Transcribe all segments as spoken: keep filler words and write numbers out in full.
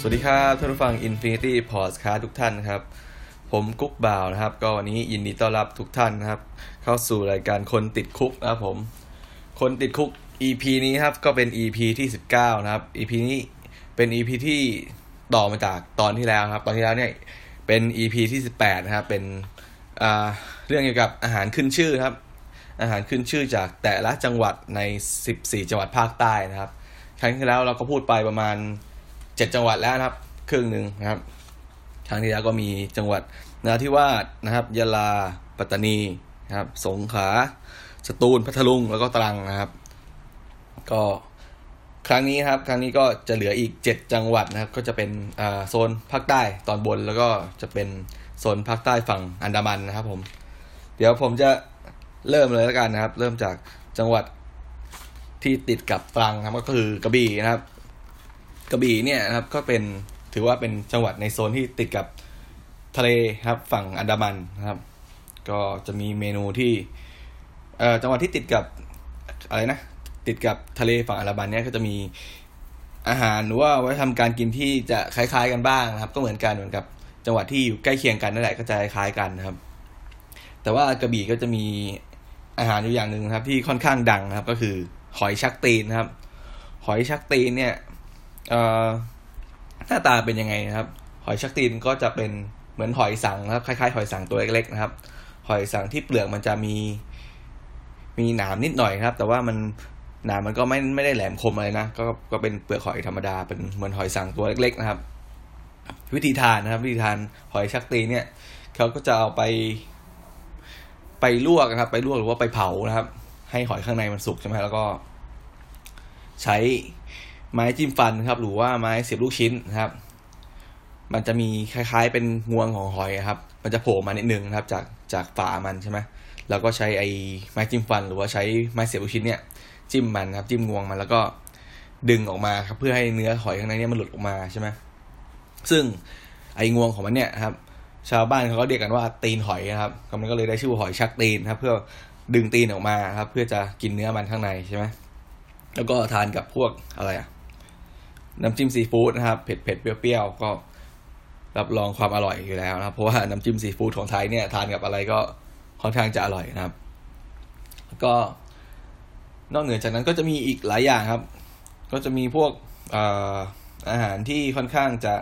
วัสดีครับท่านผู้ฟัง Infinity Podcast ทุกท่านครับผมกุ๊กบ่าวนะครับก็วันนี้ยินดีต้อนรับทุกท่านนะครับเข้าสู่รายการคนติดคุกนะครับผมคนติดคุก อี พี นี้ครับก็เป็น อี พี ที่สิบเก้านะครับ อี พี นี้เป็น อี พี ที่ต่อมาจากตอนที่แล้วครับตอนที่แล้วเนี่ยเป็น อี พี ที่สิบแปดนะครับเป็นอ่าเรื่องเกี่ยวกับอาหารขึ้นชื่อครับอาหารขึ้นชื่อจากแต่ละจังหวัดในสิบสี่จังหวัดภาคใต้นะครับครั้งที่แล้วเราก็พูดไปประมาณเจ็ดจังหวัดแล้วนะครับครึ่งนึงนะครับครั้งที่แล้วก็มีจังหวัดนราธิวาสนะครับยะลาปัตตานีนะครับสงขลาสตูลพัทลุงแล้วก็ตรังนะครับก็ครั้งนี้ครับครั้งนี้ก็จะเหลืออีกเจ็ดจังหวัดนะครับก็จะเป็นอ่าโซนภาคใต้ตอนบนแล้วก็จะเป็นโซนภาคใต้ฝั่งอันดามันนะครับผมเดี๋ยวผมจะเริ่มเลยแล้วกันนะครับเริ่มจากจังหวัดที่ติดกับตรังครับก็คือกระบี่นะครับกระบี่เนี่ยนะครับก็เป็นถือว่าเป็นจังหวัดในโซนที่ติดกับทะเลครับฝั่งอันดามันนะครับก็จะมีเมนูที่เอ่อจังหวัดที่ติดกับอะไรนะติดกับทะเลฝั่งอันดามันเนี่ยก็จะมีอาหารหรือว่าวัฒนธรรมการกินที่จะคล้ายๆกันบ้างนะครับก็เหมือนกันเหมือนกับจังหวัดที่อยู่ใกล้เคียงกันนั่นแหละก็จะคล้ายกันนะครับแต่ว่ากระบี่ก็จะมีอาหารอยู่อย่างนึงครับที่ค่อนข้างดังนะครับก็คือหอยชักตีนนะครับหอยชักตีนเนี่ยเอ่อหน้าตาเป็นยังไงนะครับหอยชักตีนก็จะเป็นเหมือนหอยสังนะครับคล้ายๆหอยสังตัวเล็กๆนะครับหอยสังที่เปลือกมันจะมีมีหนามนิดหน่อยครับแต่ว่ามันหนามมันก็ไม่ไม่ได้แหลมคมอะไรนะก็ก็เป็นเปลือกหอยธรรมดาเป็นเหมือนหอยสังตัวเล็กๆนะครับวิธีทานนะครับวิธีทานหอยชักตีนเนี่ยเขาก็จะเอาไปไปลวกนะครับไปลวกหรือว่าไปเผานะครับให้หอยข้างในมันสุกใช่ไหมแล้วก็ใช้ไม้จิ้มฟันครับหรือว่าไม้เสียบลูกชิ้นนะครับมันจะมีคล้ายๆเป็นงวงของหอยครับมันจะโผล่มานิดนึงนะครับจากจากฝามันใช่ไหมแล้วก็ใช้ไอ้ไม้จิ้มฟันหรือว่าใช้ไม้เสียบลูกชิ้นเนี่ยจิ้มมันครับจิ้มงวงมันแล้วก็ดึงออกมาครับเพื่อให้เนื้อหอยข้างในเนี่ยมันหลุดออกมาใช่ไหมซึ่งไอ้งวงของมันเนี่ยครับชาวบ้านเขาก็เรียกกันว่าตีนหอยนะครับมันก็เลยได้ชื่อว่าหอยชักตีนครับเพื่อดึงตีนออกมาครับเพื่อจะกินเนื้อมันข้างในใช่ไหมแล้วก็ทานกับพวกอะไรอะน้ำจิ้มซีฟู้ดนะครับเผ็ดเผ็ดเปรี้ยวๆก็รับรองความอร่อยอยู่แล้วนะครับเพราะว่าน้ำจิ้มซีฟู้ดของไทยเนี่ยทานกับอะไรก็ค่อนข้างจะอร่อยนะครับแล้วก็นอกเหนือจากนั้นก็จะมีอีกหลายอย่างครับก็จะมีพวกอ่าอาหารที่ค่อนข้างจะ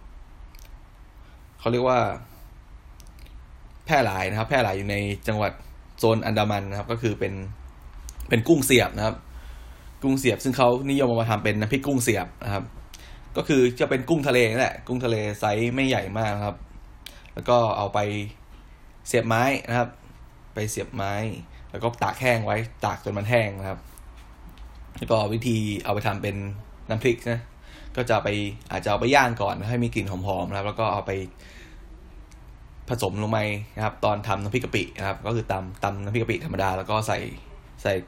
เขาเรียกว่าแพร่หลายนะครับแพร่หลายอยู่ในจังหวัดโซนอันดามันนะครับก็คือเป็นเป็นกุ้งเสียบนะครับกุ้งเสียบซึ่งเขานิยมเอามาทำเป็นน้ำพริกกุ้งเสียบนะครับก็คือจะเป็นกุ้งทะเลนั่นแหละกุ้งทะเลไซส์ไม่ใหญ่มากครับแล้วก็เอาไปเสียบไม้นะครับไปเสียบไม้แล้วก็ตากแห้งไว้ตากจนมันแห้งนะครับแล้วก็วิธีเอาไปทำเป็นน้ำพริกนะก็จะไปอาจจะเอาไปย่างก่อนให้มีกลิ่นหอมๆนะครับแล้วก็เอาไปผสมลงไปนะครับตอนทำน้ำพริกกะปินะครับก็คือตำตำน้ำพริกกะปิธรรมดาแล้วก็ใส่ใส่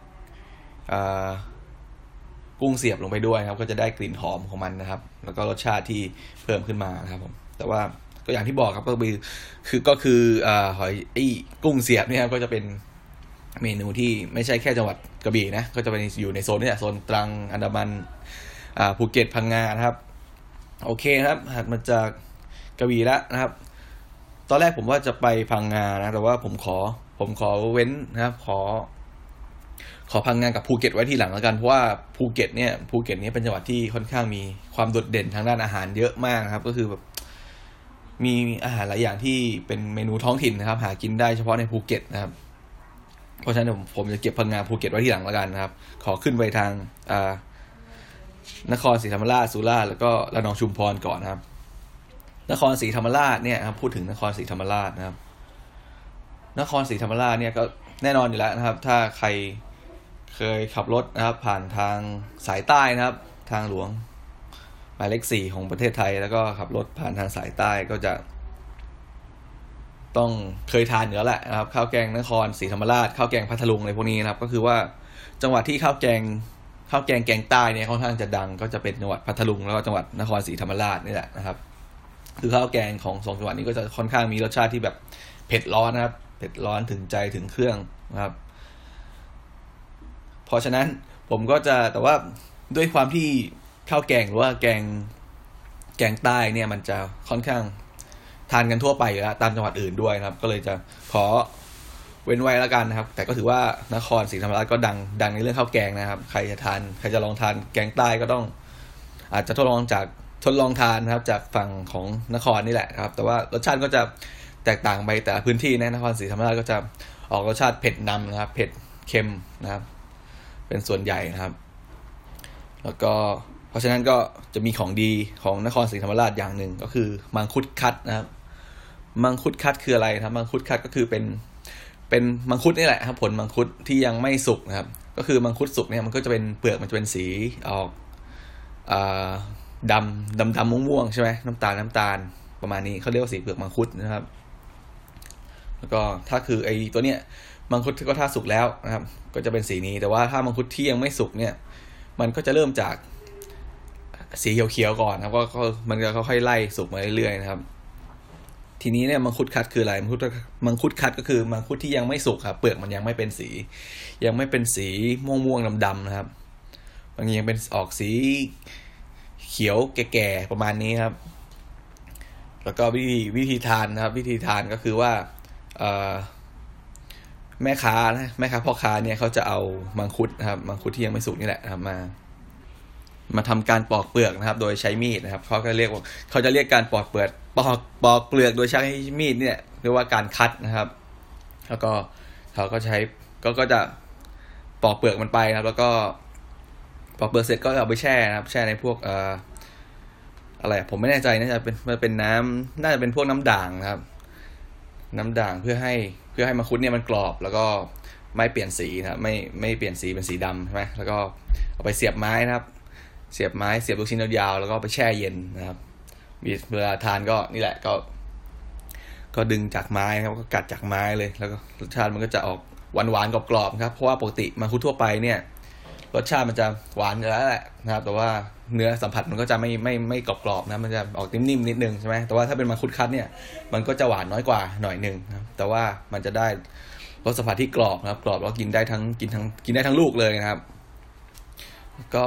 กุ้งเสียบลงไปด้วยครับก็จะได้กลิ่นหอมของมันนะครับแล้วก็รสชาติที่เพิ่มขึ้นมานะครับผมแต่ว่าก็อย่างที่บอกครับก็คือคือก็คืออ่าหอยไอ้กุ้งเสียบเนี่ยครับก็จะเป็นเมนูที่ไม่ใช่แค่จังหวัดกระบี่นะก็จะเป็นอยู่ในโซนนี้แหละโซนตรังอันดามันอ่าภูเก็ตพังงานะครับโอเคครับถัดมาจากกระบี่แล้วนะครับตอนแรกผมว่าจะไปพังงานะแต่ว่าผมขอผมขอเว้นนะครับขอขอพังงากับภูเก็ตไว้ทีหลังแล้วกันเพราะว่าภูเก็ตเนี่ยภูเก็ตเนี่ยเป็นจังหวัดที่ค่อนข้างมีความโดดเด่นทางด้านอาหารเยอะมากครับก็คือแบบมีอาหารหลายอย่างที่เป็นเมนูท้องถิ่นนะครับหากินได้เฉพาะในภูเก็ตนะครับเพราะฉะนั้นผมผมจะเก็บพังงาภูเก็ตไว้ทีหลังแล้วกันนะครับขอขึ้นไปทางอ่านครศรีธรรมราชสุราษฎร์แล้วก็ระนองชุมพรก่อนนะครับนครศรีธรรมราชเนี่ยครับพูดถึงนครศรีธรรมราชนะครับนครศรีธรรมราชเนี่ยก็แน่นอนอยู่แล้วนะครับถ้าใครเคยขับรถนะครับผ่านทางสายใต้นะครับทางหลวงหมายเลขสี่ของประเทศไทยแล้วก็ขับรถผ่านทางสายใต้ก็จะต้องเคยทานอยู่แล้วแหละนะครับข้าวแกงนครศรีธรรมราชข้าวแกงพัทลุงอะไรพวกนี้นะครับก็คือว่าจังหวัดที่ข้าวแกงข้าวแกงแกงใต้เนี่ยค่อนข้างจะดังก็จะเป็นจังหวัดพัทลุงแล้วก็จังหวัดนครศรีธรรมราชนี่แหละนะครับคือข้าวแกงของสองจังหวัดนี้ก็จะค่อนข้างมีรสชาติที่แบบเผ็ดร้อนนะครับเผ็ดร้อนถึงใจถึงเครื่องนะครับเพราะฉะนั้นผมก็จะแต่ว่าด้วยความที่ข้าวแกงหรือว่าแกงแกงใต้เนี่ยมันจะค่อนข้างทานกันทั่วไปอยู่แล้วตามจังหวัดอื่นด้วยครับก็เลยจะขอเว้นไว้แล้วกันนะครับแต่ก็ถือว่านครศรีธรรมราชก็ดังดังในเรื่องข้าวแกงนะครับใครจะทานใครจะลองทานแกงใต้ก็ต้องอาจจะทดลองจากทดลองทานนะครับจากฝั่งของนครนี่แหละครับแต่ว่ารสชาติก็จะแตกต่างไปแต่พื้นที่ในนครศรีธรรมราชก็จะออกรสชาติเผ็ดนำนะครับเผ็ดเค็มนะครับเป็นส่วนใหญ่นะครับแล้วก็เพราะฉะนั้นก็จะมีของดีของนครศรีธรรมราชอย่างหนึ่งก็คือมังคุดคัดนะครับมังคุดคัดคืออะไรครับมังคุดคัดก็คือเป็นเป็นมังคุดนี่แหละครับผลมังคุดที่ยังไม่สุกนะครับก็คือมังคุดสุกเนี่ยมันก็จะเป็นเปลือกมันจะเป็นสีออกอ่าดำดำดำม่วงๆใช่ไหมน้ำตาลน้ำตาลประมาณนี้เขาเรียกว่าสีเปลือกมังคุดนะครับแล้วก็ถ้าคือไอ้ตัวเนี้ยมังคุดที่ก็ถ้าสุกแล้วนะครับก็จะเป็นสีนี้แต่ว่าถ้ามังคุดที่ยังไม่สุกเนี่ยมันก็จะเริ่มจากสีเขียวๆก่อนครับก็มันก็ค่อยๆไล่สุกมาเรื่อยๆนะครับทีนี้เนี่ยมังคุดคัดคืออะไรมังคุดมังคุดคัดก็คือมังคุดที่ยังไม่สุกครับเปลือกมันยังไม่เป็นสียังไม่เป็นสีม่วงๆดำๆนะครับมันยังเป็นออกสีเขียวแก่ๆประมาณนี้ครับแล้วก็วิธีวิธีทานนะครับวิธีทานก็คือว่าเอ่อแม่ค้านะแม่ค้าพ่อค้าเนี่ยเขาจะเอามังคุดนะครับมังคุดที่ยังไม่สุกนี่แหละนะครับมามาทำการปอกเปลือกนะครับโดยใช้มีดนะครับเขาก็เรียกว่าเขาจะเรียกการปอกเปลือกปอกปอกเปลือกโดยใช้มีดเนี่ยเรียกว่าการคัดนะครับแล้วก็เขาก็ใช้ก็ก็จะปอกเปลือกมันไปนะครับแล้วก็ปอกเปลือกเสร็จก็เอาไปแช่นะครับแช่ในพวกเอ่ออะไรผมไม่แน่ใจน่าจะเป็นมันเป็นน้ำน่าจะเป็นพวกน้ำด่างนะครับน้ำด่างเพื่อให้เพื่อให้มังคุดเนี่ยมันกรอบแล้วก็ไม่เปลี่ยนสีนะครับไม่ไม่เปลี่ยนสีเป็นสีดำใช่ไหมแล้วก็เอาไปเสียบไม้นะครับเสียบไม้เสียบลูกชิ้นยาวๆแล้วก็ไปแช่เย็นนะครับเวลาทานก็นี่แหละก็ก็ดึงจากไม้ครับก็กัดจากไม้เลยแล้วก็รสชาติมันก็จะออกหวานๆกรอบๆครับเพราะว่าปกติมังคุดทั่วไปเนี่ยรสชาติมันจะหวานอยู่แล้วแหละนะครับแต่ว่าเนื้อสัมผัสมันก็จะไม่ไม่ไม่กรอบๆนะมันจะออกนิ่มๆนิดนึงใช่ไหมแต่ว่าถ้าเป็นมังคุดคั้นเนี่ยมันก็จะหวานน้อยกว่าหน่อยนึงนะครับแต่ว่ามันจะได้รสสัมผัสที่กรอบนะครับกรอบแล้วกินได้ทั้งกินทั้งกินได้ทั้งลูกเลยนะครับก็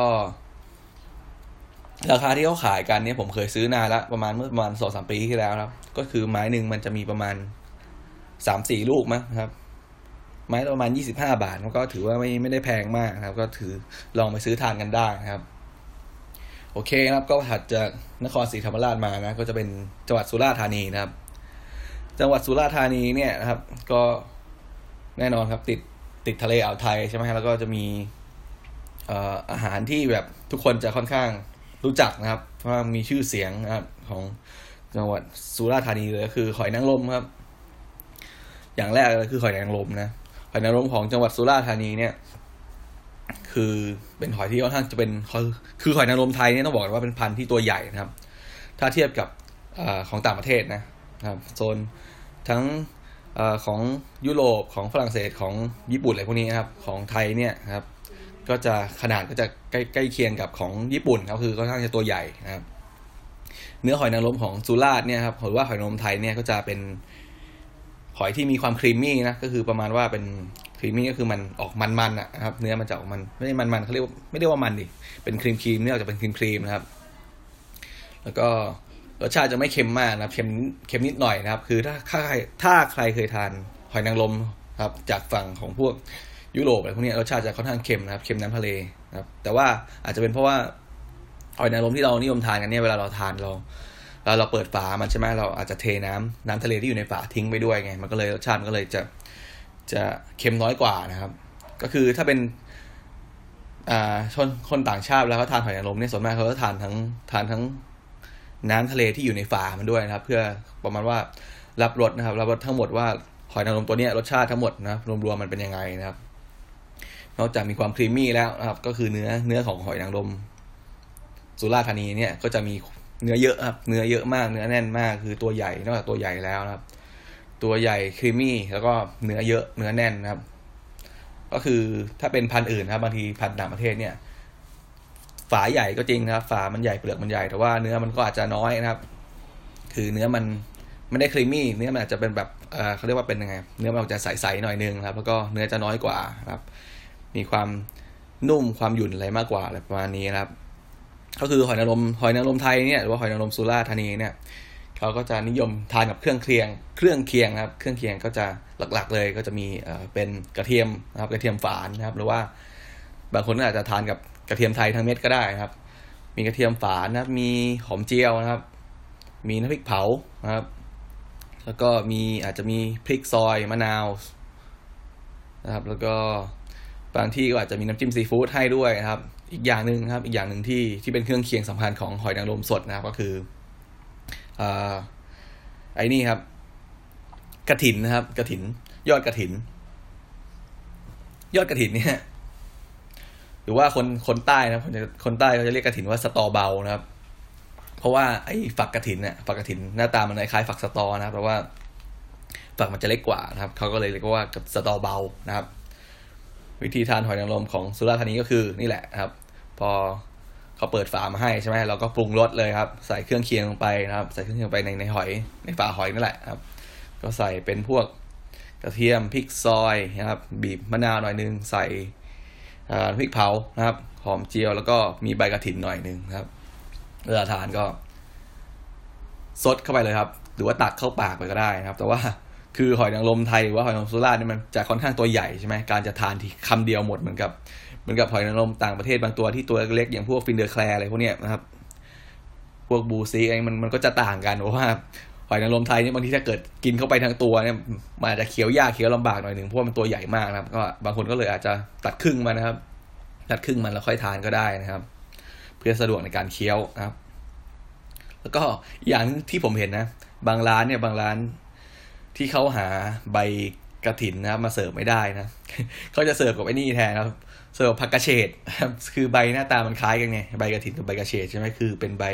ราคาที่เขาขายกันเนี่ยผมเคยซื้อนานละประมาณเมื่อประมาณ สองถึงสาม ปีที่แล้วครับก็คือไม้นึงมันจะมีประมาณ สามถึงสี่ ลูกมั้งครับไม้ประมาณยี่สิบห้าบาทมันก็ถือว่าไม่ไม่ได้แพงมากนะครับก็ถือลองไปซื้อทานกันได้นะครับโอเคครับก็ถัดจากนครศรีธรรมราชมานะก็จะเป็นจังหวัดสุราษฎร์ธานีนะครับจังหวัดสุราษฎร์ธานีเนี่ยนะครับก็แน่นอนครับติดติดทะเลอ่าวไทยใช่ไหมแล้วก็จะมีเอ่ออาหารที่แบบทุกคนจะค่อนข้างรู้จักนะครับเพราะมีชื่อเสียงนะครับของจังหวัดสุราษฎร์ธานีเลยก็คือหอยนางรมครับอย่างแรกเลยคือหอยนางรมนะหอยนางรมของจังหวัดสุราษฎร์ธานีเนี่ยคือเป็นหอยที่ค่อนข้างจะเป็นคือหอยนางรมไทยเนี่ยต้องบอกว่าเป็นพันธุ์ที่ตัวใหญ่นะครับถ้าเทียบกับอของต่างประเทศนะครับโซนทั้งอของยุโรปของฝรั่งเศสของญี่ปุ่นอะไรพวกนี้นะครับของไทยเนี่ยครับก็จะขนาดก็จะใกล้ใกล้เคียงกับของญี่ปุ่นครับคือค่อนข้างจะตัวใหญ่นะครับเนื้อหอยนางรมของสุราษฎร์เนี่ยครับหรือว่าหอยนางรมไทยเนี่ยก็จะเป็นหอยที่มีความครีมมี่นะก็คือประมาณว่าเป็นครีมมี่ก็คือมันออกมันๆนะครับเนื้อมันจะออกมันไม่ใช่มันๆเขาเรียกว่าไม่ได้ว่ามันดิเป็นครีมครีมเนื้อออกจะเป็นครีมครีมนะครับแล้วก็รสชาติจะไม่เค็มมากนะครับเค็มเค็มนิดหน่อยนะครับคือถ้าถ้าใครถ้าใครเคยทานหอยนางรมครับจากฝั่งของพวกยุโรปอะไรพวกนี้รสชาติจะค่อนข้างเค็มนะครับเค็มน้ำทะเลนะครับแต่ว่าอาจจะเป็นเพราะว่าหอยนางรมที่เรานิยมทานกันเนี่ยเวลาเราทานเราเราเราเปิดฝามันใช่ไหมเราอาจจะเทน้ำน้ำทะเลที่อยู่ในฝาทิ้งไปด้วยไงมันก็เลยรสชาติมันก็เลยจะจะเค็มน้อยกว่านะครับก็คือถ้าเป็นอ่าชนคนต่างชาติแล้วเขาทานหอยนางรมเนี่ยส่วนมากเขาจะทานทั้งทานทั้งน้ำทะเลที่อยู่ในฝามันด้วยนะครับเพื่อประมาณว่ารับรสนะครับรับรสทั้งหมดว่าหอยนางรมตัวนี้รสชาติทั้งหมดนะรวมๆมันเป็นยังไงนะครับนอกจากมีความครีมมี่แล้วนะครับก็คือเนื้อเนื้อของหอยนางรมสุราษฎร์ธานีเนี่ยก็จะมีเนื้อเยอะครับเนื้อเยอะมากเนื้อแน่นมากคือตัวใหญ่นอกจากตัวใหญ่แล้วนะครับตัวใหญ่ครีมมี่แล้วก็เนื้อเยอะเนื้อแน่นนะครับก็คือถ้าเป็นพันธุ์อื่นนะครับบางทีพันธุ์ต่างประเทศเนี่ยฝาใหญ่ก็จริงนะครับฝามันใหญ่เปลือกมันใหญ่แต่ว่าเนื้อมันก็อาจจะน้อยนะครับคือเนื้อมันไม่ได้ครีมมี่เนื้อมันอาจจะเป็นแบบเอ่อเขาเรียกว่าเป็นยังไงเนื้อมันจะใสๆหน่อยนึงครับแล้วก็เนื้อจะน้อยกว่าครับมีความนุ่มความหยุ่นอะไรมากกว่าอะไรประมาณนี้นะครับก็คือหอยนางรมหอยนางรมไทยเนี่ยหรือว่าหอยนางรมสุราษฎร์ธานีเนี่ยเขาก็จะนิยมทานกับเครื่องเคียงเครื่องเคียงครับเครื่องเคียงก็จะหลักๆเลยก็จะมีเอ่อเป็นกระเทียมนะครับกระเทียมฝานนะครับหรือว่าบางคนก็อาจจะทานกับกระเทียมไทยทั้งเม็ดก็ได้นะครับมีกระเทียมฝานนะครับมีหอมเจียวนะครับมีน้ำพริกเผานะครับแล้วก็มีอาจจะมีพริกซอยมะนาวนะครับแล้วก็บางที่ก็อาจจะมีน้ำจิ้มซีฟู้ดให้ด้วยนะครับอีกอย่างหนึ่งครับอีกอย่างหนึ่งที่ที่เป็นเครื่องเคียงสำคัญของหอยนางรมสดนะครับก็คืออ่าไอ้นี่ครับกฐินนะครับกฐินยอดกฐินยอดกฐินเนี่ยหรือว่าคนคนใต้นะคนคนใต้เขาจะเรียกกฐินว่าสตอเบานะครับเพราะว่าไอ้ฝักกฐินเนี่ยฝักกฐินหน้าตามันคล้ายๆฝักสตอนะครับเพราะว่าฝักมันจะเล็กกว่านะครับเขาก็เลยเรียกว่าสตอเบานะครับวิธีทานหอยนางรมของสุราษฎร์ธานีก็คือนี่แหละครับพอเขาเปิดฝามาให้ใช่ไหมเราก็ปรุงรสเลยครับใส่เครื่องเคียงลงไปนะครับใส่เครื่องเคียงไปในในหอยในฝาหอยนั่นแหละครับก็ใส่เป็นพวกกระเทียมพริกซอยนะครับบีบมะนาวหน่อยนึงใส่พริกเผานะครับหอมเจียวแล้วก็มีใบกระถินหน่อยนึงครับเวลาทานก็ซดเข้าไปเลยครับหรือว่าตักเข้าปากไปก็ได้นะครับแต่ว่าคือหอยนางรมไทยหรือว่าหอยนางรมสุราษฎร์นี่มันจะค่อนข้างตัวใหญ่ใช่ไหมการจะทานที่คำเดียวหมดเหมือนกับเหมือนกับหอยนางรมต่างประเทศบางตัวที่ตัวเล็กอย่างพวกฟินเดอร์แคลร์อะไรพวกเนี้ยนะครับพวกบูซีอะไรมันมันก็จะต่างกันเพราะว่าหอยนางรมไทยนี่บางทีถ้าเกิดกินเข้าไปทั้งตัวเนี่ยมันอาจจะเคี้ยวยากเคี้ยวลำบากหน่อยหนึ่งเพราะมันตัวใหญ่มากนะครับก็บางคนก็เลยอาจจะตัดครึ่งมานะครับตัดครึ่งมันแล้วค่อยทานก็ได้นะครับเพื่อสะดวกในการเคี้ยวนะครับแล้วก็อย่างที่ผมเห็นนะบางร้านเนี่ยบางร้านที่เขาหาใบกฐินนะครับมาเสิร์ฟไม่ได้นะเขาจะเสิร์ฟกับไอ้นี่แทนครับเสิร์ฟผักกระเฉดคือใบหน้าตามันคล้ายกันไงใบกฐินกับใบกระเฉดใช่ไหมคือเป็นใบ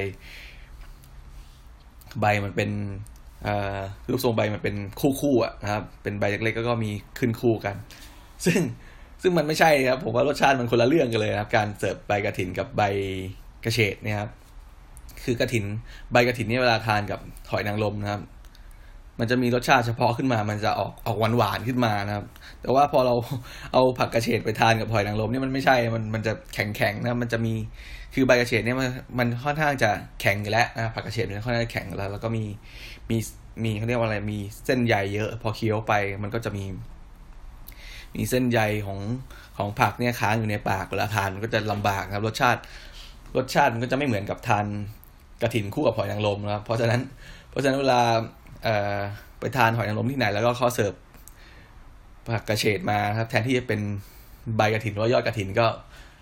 ใบมันเป็นรูปทรงใบมันเป็นคู่ๆอ่ะนะครับเป็นใบเล็กๆก็มีขึ้นคู่กันซึ่งซึ่งมันไม่ใช่ครับผมว่ารสชาติมันคนละเรื่องกันเลยนะครับการเสิร์ฟใบกฐินกับใบกระเฉดเนี่ยครับคือกฐินใบกฐินนี่เวลาทานกับหอยนางรมนะครับมันจะมีรสชาติเฉพาะขึ้นมามันจะออกออกหวานๆขึ้นมานะครับแต่ว่าพอเราเอาผักกระเฉดไปทานกับหอยนางรมนี่มันไม่ใช่มันมันจะแข็งๆนะมันจะมีคือใบกระเฉดเนี่ยมันมันค่อนข้างจะแข็งอยู่แล้วนะผักกระเฉดมันค่อนข้างแข็งแล้วแล้วก็มีมีมีเขาเรียกว่าอะไรมีเส้นใยเยอะพอเคี้ยวไปมันก็จะมีมีเส้นใยของของผักเนี่ยค้างอยู่ในปากเวลาทานมันก็จะลำบากครับรสชาติรสชาติมันก็จะไม่เหมือนกับทานกฐินคู่กับหอยนางรมนะครับเพราะฉะนั้นเพราะฉะนั้นเวลาเอ่อไปทานหอยนางรมที่ไหนแล้วก็เขาเสิร์ฟผักกระเฉดมาครับแทนที่จะเป็นใบกฐินหรือว่ายอดกฐินก็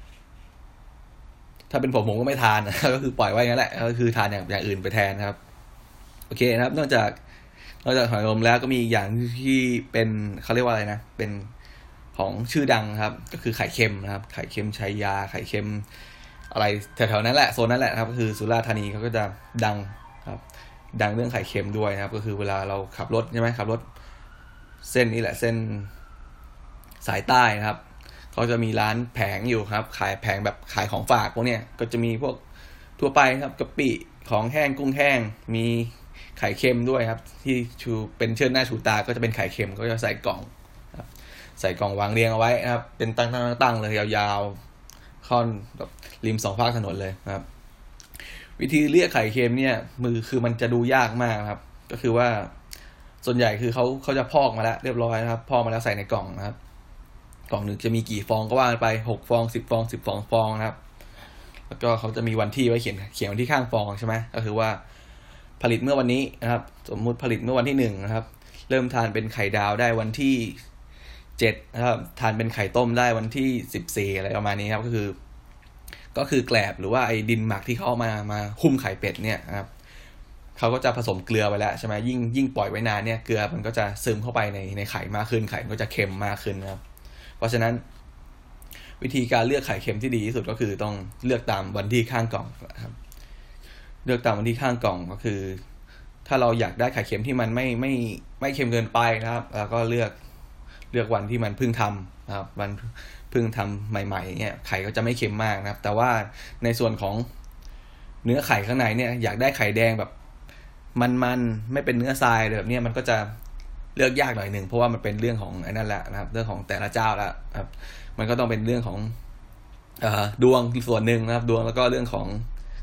ถ้าเป็นผมผมก็ไม่ทานนะก็คือปล่อยไว้งั้นแหละก็คือทานอย่างอย่างอื่นไปแทนครับโอเคนะครับนอกจากนอกจากหอยนางรมแล้วก็มีอย่างที่เป็นเขาเรียกว่าอะไรนะเป็นของชื่อดังครับก็คือไข่เค็มนะครับไข่เค็มชัยยาไข่เค็มอะไรแถวๆนั้นแหละโซนนั้นแหละครับก็คือสุราษฎร์ธานีเขาก็จะดังครับดังเรื่องไข่เค็มด้วยนะครับก็คือเวลาเราขับรถใช่ไหมขับรถเส้นนี้แหละเส้นสายใต้นะครับเขาจะมีร้านแผงอยู่ครับขายแผงแบบขายของฝากพวกเนี้ยก็จะมีพวกทั่วไปครับกะปิของแห้งกุ้งแห้งมีไข่เค็มด้วยครับที่ชูเป็นเชิดหน้าชูตาก็จะเป็นไข่เค็มก็จะใส่กล่องครับใส่กล่องวางเรียงเอาไว้นะครับเป็นตั้งๆเลยยาวๆค่อนแบบริมสองภาคถนนเลยนะครับวิธีเรียกไข่เค็มเนี่ยมือคือมันจะดูยากมากครับก็คือว่าส่วนใหญ่คือเขาเขาจะพอกมาแล้วเรียบร้อยนะครับพอกมาแล้วใส่ในกล่องนะครับกล่องหนึ่งจะมีกี่ฟองก็ว่าไปหกฟองสิบฟองสิบสองฟองนะครับแล้วก็เขาจะมีวันที่ไว้เขียนเขียนวันที่ข้างฟองใช่ไหมก็คือว่าผลิตเมื่อวันนี้นะครับสมมุติผลิตเมื่อวันที่หนึ่งนะครับเริ่มทานเป็นไข่ดาวได้วันที่เจ็ดนะครับทานเป็นไข่ต้มได้วันที่สิบสี่อะไรประมาณนี้ครับก็คือก็คือแกลบหรือว่าไอ้ดินหมักที่เขาเอามามาหุ้มไข่เป็ดเนี่ยนะครับเขาก็จะผสมเกลือไปแล้วใช่ไหมยิ่งยิ่งปล่อยไว้นานเนี่ยเกลือมันก็จะซึมเข้าไปในในไข่มากขึ้นไข่มันก็จะเค็มมากขึ้นนะครับเพราะฉะนั้นวิธีการเลือกไข่เค็มที่ดีที่สุดก็คือต้องเลือกตามวันที่ข้างกล่องนะครับเลือกตามวันที่ข้างกล่องก็คือถ้าเราอยากได้ไข่เค็มที่มันไม่ไม่ไม่เค็มเกินไปนะครับแล้วก็เลือกเลือกวันที่มันเพิ่งทำนะครับวันเพิ่งทำใหม่ๆเนี่ยไข่ก็จะไม่เค็มมากนะครับแต่ว่าในส่วนของเนื้อไข่ข้างในเนี่ยอยากได้ไข่แดงแบบมันๆไม่เป็นเนื้อทรายแบบนี้มันก็จะเลือกยากหน่อยหนึ่งเพราะว่ามันเป็นเรื่องของไอ้นั่นแหละนะครับเรื่องของแต่ละเจ้าแล้วครับมันก็ต้องเป็นเรื่องของเอ่อดวงส่วนหนึ่งนะครับดวงแล้วก็เรื่องของ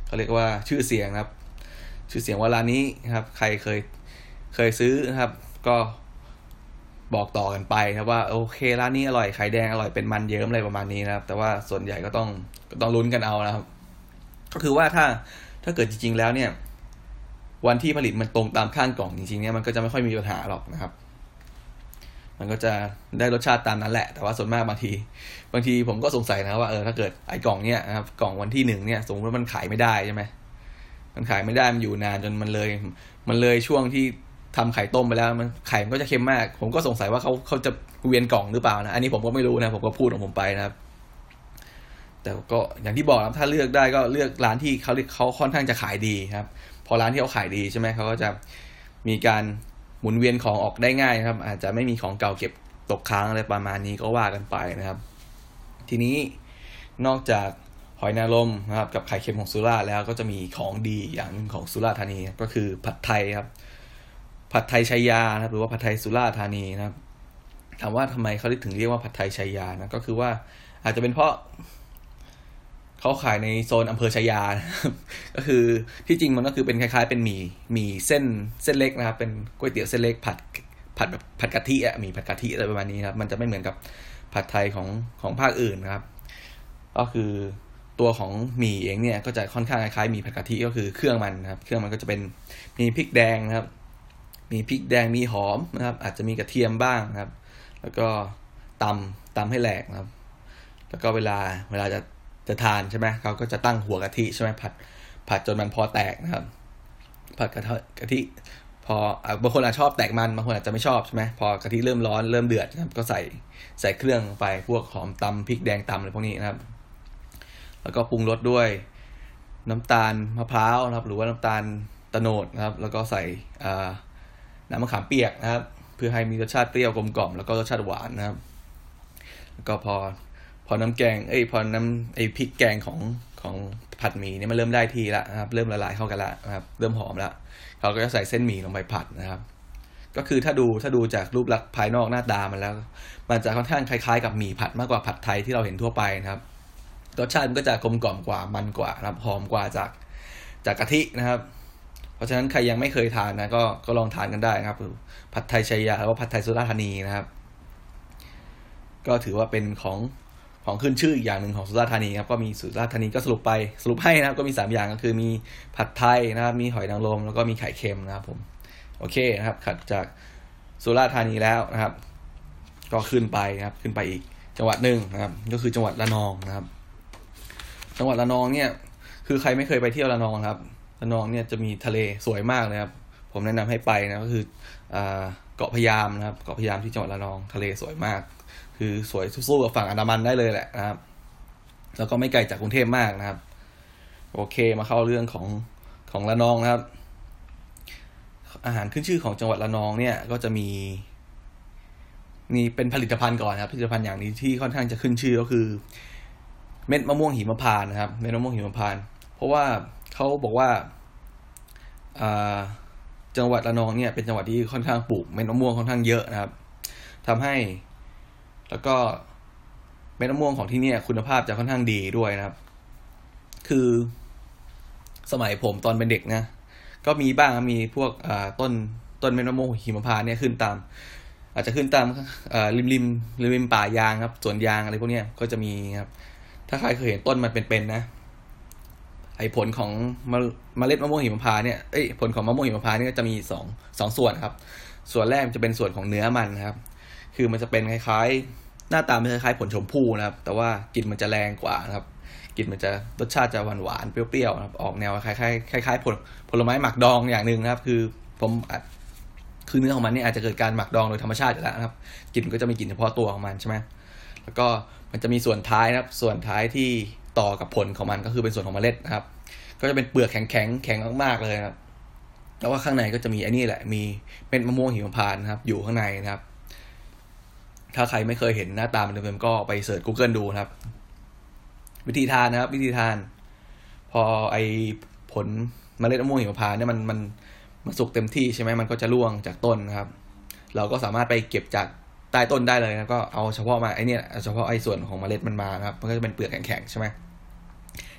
เขาเรียกว่าชื่อเสียงครับชื่อเสียงว่าร้านนี้นะครับใครเคยเคยซื้อนะครับก็บอกต่อกันไปครับว่าโอเคร้านนี้อร่อยไข่แดงอร่อยเป็นมันเยิ้มอะไรประมาณนี้นะครับแต่ว่าส่วนใหญ่ก็ต้องก็ต้องลุ้นกันเอานะครับก็คือว่าถ้าถ้าเกิดจริงๆแล้วเนี่ยวันที่ผลิตมันตรงตามข้างกล่องจริงๆเนี่ยมันก็จะไม่ค่อยมีปัญหาหรอกนะครับมันก็จะได้รสชาติตามนั้นแหละแต่ว่าส่วนมากบางทีบางทีผมก็สงสัยนะว่าเออถ้าเกิดไอ้กล่องเนี่ยนะครับกล่องวันที่หนึ่งเนี่ยสมมติว่ามันขายไม่ได้ใช่ไหมมันขายไม่ได้มันอยู่นานจนมันเลยมันเลยช่วงที่ทำไข่ต้มไปแล้วมันไข่มันก็จะเค็มมากผมก็สงสัยว่าเขาเขาจะเวียนกล่องหรือเปล่านะอันนี้ผมก็ไม่รู้นะผมก็พูดของผมไปนะครับแต่ก็อย่างที่บอกครับถ้าเลือกได้ก็เลือกร้านที่เขาเขาค่อนข้างจะขายดีครับพอร้านที่เขาขายดีใช่ไหมเขาก็จะมีการหมุนเวียนของออกได้ง่ายครับอาจจะไม่มีของเก่าเก็บตกค้างอะไรประมาณนี้ก็ว่ากันไปนะครับทีนี้นอกจากหอยนางรมนะครับกับไข่เค็มของสุราษฎร์แล้วก็จะมีของดีอย่างนึงของสุราษฎร์ธานีก็คือผัดไทยครับผัดไทยชัยยานะครับหรือว่าผัดไทยสุราษฎร์ธานีนะครับถามว่าทำไมเขาถึงเรียกว่าผัดไทยชัยยานะก็คือว่าอาจจะเป็นเพราะเขาขายในโซนอำเภอชัยยานะครับก็คือที่จริงมันก็คือเป็นคล้ายๆเป็นหมี่หมี่เส้นเส้นเล็กนะครับเป็นก๋วยเตี๋ยวเส้นเล็กผัดผัดแบบผัดกะทิอ่ะหมี่ผัดกะทิอะไรประมาณนี้ครับมันจะไม่เหมือนกับผัดไทยของของภาคอื่นนะครับก็คือตัวของหมี่เองเนี่ยก็จะค่อนข้างคล้ายๆหมี่ผัดกะทิก็คือเครื่องมันนะครับเครื่องมันก็จะเป็นมีพริกแดงนะครับมีพริกแดงมีหอมนะครับอาจจะมีกระเทียมบ้างนะครับแล้วก็ตำตำให้แหลกนะครับแล้วก็เวลาเวลาจะจะทานใช่ไหมเขาก็จะตั้งหัวกะทิใช่ไหมผัดผัดจนมันพอแตกนะครับผัดกะทิกะทิพอบางคนอาจชอบแตกมันบางคนอาจจะไม่ชอบใช่ไหมพอกะทิเริ่มร้อนเริ่มเดือดนะครับก็ใส่ใส่เครื่องไปพวกหอมตำพริกแดงตำอะไรพวกนี้นะครับแล้วก็ปรุงรสด้วยน้ำตาลมะพร้าวนะครับหรือว่าน้ำตาลตะโนดนะครับแล้วก็ใส่น้ำมะขามเปียกนะครับเพื่อให้มีรสชาติเปรี้ยวกลมกล่อมแล้วก็รสชาติหวานนะครับแล้วก็พอพอน้ำแกงเอ้ยพอน้ำไอ้พริกแกงของของผัดหมี่เนี่ยมันเริ่มได้ที่ละนะครับเริ่มละลายเข้ากันละนะครับเริ่มหอมละเขาก็จะใส่เส้นหมี่ลงไปผัดนะครับก็คือถ้าดูถ้าดูจากรูปลักษณ์ภายนอกหน้าตามันแล้วมันจะค่อนข้างคล้ายๆกับหมี่ผัดมากกว่าผัดไทยที่เราเห็นทั่วไปนะครับรสชาติมันก็จะกลมกล่อมกว่ามันกว่านะครับหอมกว่าจากจากกะทินะครับเพราะฉะนั้นใครยังไม่เคยทานนะก็ก็ลองทานกันได้นะครับผัดไทยชัยยาหรือว่าผัดไทยสุราษฎร์ธานีนะครับก็ถือว่าเป็นของของขึ้นชื่ออีกอย่างหนึ่งของสุราษฎร์ธานีครับก็มีสุราษฎร์ธานีก็สรุปไปสรุปให้นะครับก็มีสามอย่างก็คือมีผัดไทยนะครับมีหอยนางรมแล้วก็มีไข่เค็มนะครับผมโอเคนะครับขัดจากสุราษฎร์ธานีแล้วนะครับก็ขึ้นไปนะครับขึ้นไปอีกจังหวัดหนึ่งนะครับก็คือจังหวัดระนองนะครับจังหวัดระนองเนี่ยคือใครไม่เคยไปเที่ยวระนองครับระนองเนี่ยจะมีทะเลสวยมากเลยครับผมแนะนำให้ไปนะก็คือเกาะพะยามนะครับเกาะพะยามที่จังหวัดระนองทะเลสวยมากคือสวยสู้กับฝั่งอันดามันได้เลยแหละนะครับแล้วก็ไม่ไกลจากกรุงเทพมากนะครับโอเคมาเข้าเรื่องของของระนองนะครับอาหารขึ้นชื่อของจังหวัดระนองเนี่ยก็จะมีมีเป็นผลิตภัณฑ์ก่อนนะครับผลิตภัณฑ์อย่างนี้ที่ค่อนข้างจะขึ้นชื่อก็คือเม็ดมะม่วงหิมพานต์นะครับเม็ดมะม่วงหิมพานต์เพราะว่าเขาบอกว่าอ่าจังหวัดระนองเนี่ยเป็นจังหวัดที่ค่อนข้างปลูกเม็ดมะม่วงค่อนข้างเยอะนะครับทำให้แล้วก็เม็ดมะม่วงของที่นี่คุณภาพจะค่อนข้างดีด้วยนะครับคือสมัยผมตอนเป็นเด็กนะก็มีบ้างมีพวกต้นต้นเม็ดมะม่วงหิมพานต์เนี่ยขึ้นตามอาจจะขึ้นตามริมริมริมริมป่ายางครับสวนยางอะไรพวกนี้ก็จะมีครับถ้าใครเคยเห็นต้นมันเป็นๆนะไอ้ผลของเมล็ดมะม่วงหิมพานต์เนี่ยเอ้ยผลของมะม่วงหิมพานต์เนี่ยจะมีสองสองส่วนครับส่วนแรกจะเป็นส่วนของเนื้อมันนะครับคือมันจะเป็นคล้ายๆหน้าตามันคล้ายๆผลชมพู่นะครับแต่ว่ากลิ่นมันจะแรงกว่านะครับกลิ่นมันจะรสชาติจะหวานๆเปรี้ยวๆนะครับออกแนวคล้ายๆคล้ายๆผลผลไม้หมักดองอย่างนึงนะครับคือผมคือเนื้อของมันนี่อาจจะเกิดการหมักดองโดยธรรมชาติอยู่แล้วนะครับกลิ่นก็จะมีกลิ่นเฉพาะตัวของมันใช่ไหมแล้วก็มันจะมีส่วนท้ายนะครับส่วนท้ายที่ต่อกับผลของมันก็คือเป็นส่วนของเมล็ดนะครับก็จะเป็นเปลือกแข็งๆแข็งมากๆเลยครับแล้วว่าข้างในก็จะมีไอ้นี่แหละมีเม็ดมะม่วงหิมพานต์นะครับอยู่ข้างในนะครับถ้าใครไม่เคยเห็นหน้าตามันเดิมๆก็ไปเสิร์ช Google ดูนะครับวิธีทานนะครับวิธีทานพอไอผลเมล็ดมะม่วงหิมพานต์เนี่ยมันมันมันสุกเต็มที่ใช่ไหมมันก็จะร่วงจากต้นนะครับเราก็สามารถไปเก็บจากใต้ต้นได้เลยนะก็เอาเฉพาะมาไอเนี่ยเฉพาะไอส่วนของเมล็ดมันมาครับมันก็จะเป็นเปลือกแข็งๆใช่ไหม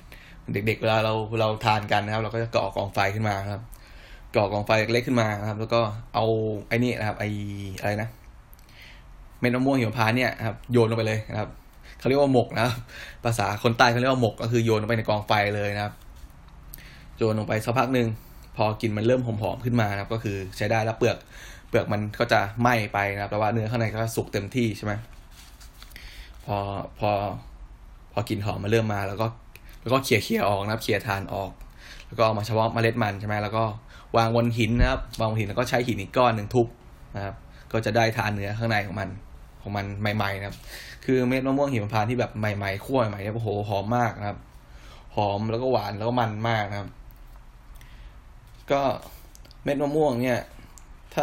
เด็กๆเวลาเราเราทานกันนะครับเราก็จะก่อกองไฟขึ้นมาครับก่อกองไฟเล็กๆขึ้นมาครับแล้วก็เอาไอ้นี่นะครับไอ้อะไรนะเม็ดมะม่วงหิมพานต์เนี่ยครับโยนลงไปเลยนะครับเขาเรียกว่าหมกนะครับภาษาคนใต้เขาเรียกว่าหมกก็คือโยนลงไปในกองไฟเลยนะครับโยนลงไปสักพักนึงพอกลิ่นมันเริ่มหอมๆขึ้นมานะครับก็คือใช้ได้แล้วเปลือกเปลือกมันก็จะไหม้ไปนะครับแต่ว่าเนื้อข้างในก็สุกเต็มที่ใช่ไหมพอพอพอกลิ่นหอมมันเริ่มมาแล้วก็แล้วก็เขี่ยเขี่ยออกนะครับเขี่ยทานออกแล้วก็เอามาเฉพาะเมล็ดมันใช่ไหมแล้วก็วางบนหินนะครับวางบนหินแล้วก็ใช้หินอีกก้อนหนึ่งทุบนะครับก็จะได้ทานเนื้อข้างในของมันของมันใหม่ๆนะครับคือเม็ดมะม่วงหิมพานต์ที่แบบใหม่ๆคั่วใหม่ๆเนี่ยโอ้โหหอมมากนะครับหอมแล้วก็หวานแล้วก็มันมากนะครับก็เม็ดมะม่วงเนี่ยถ้า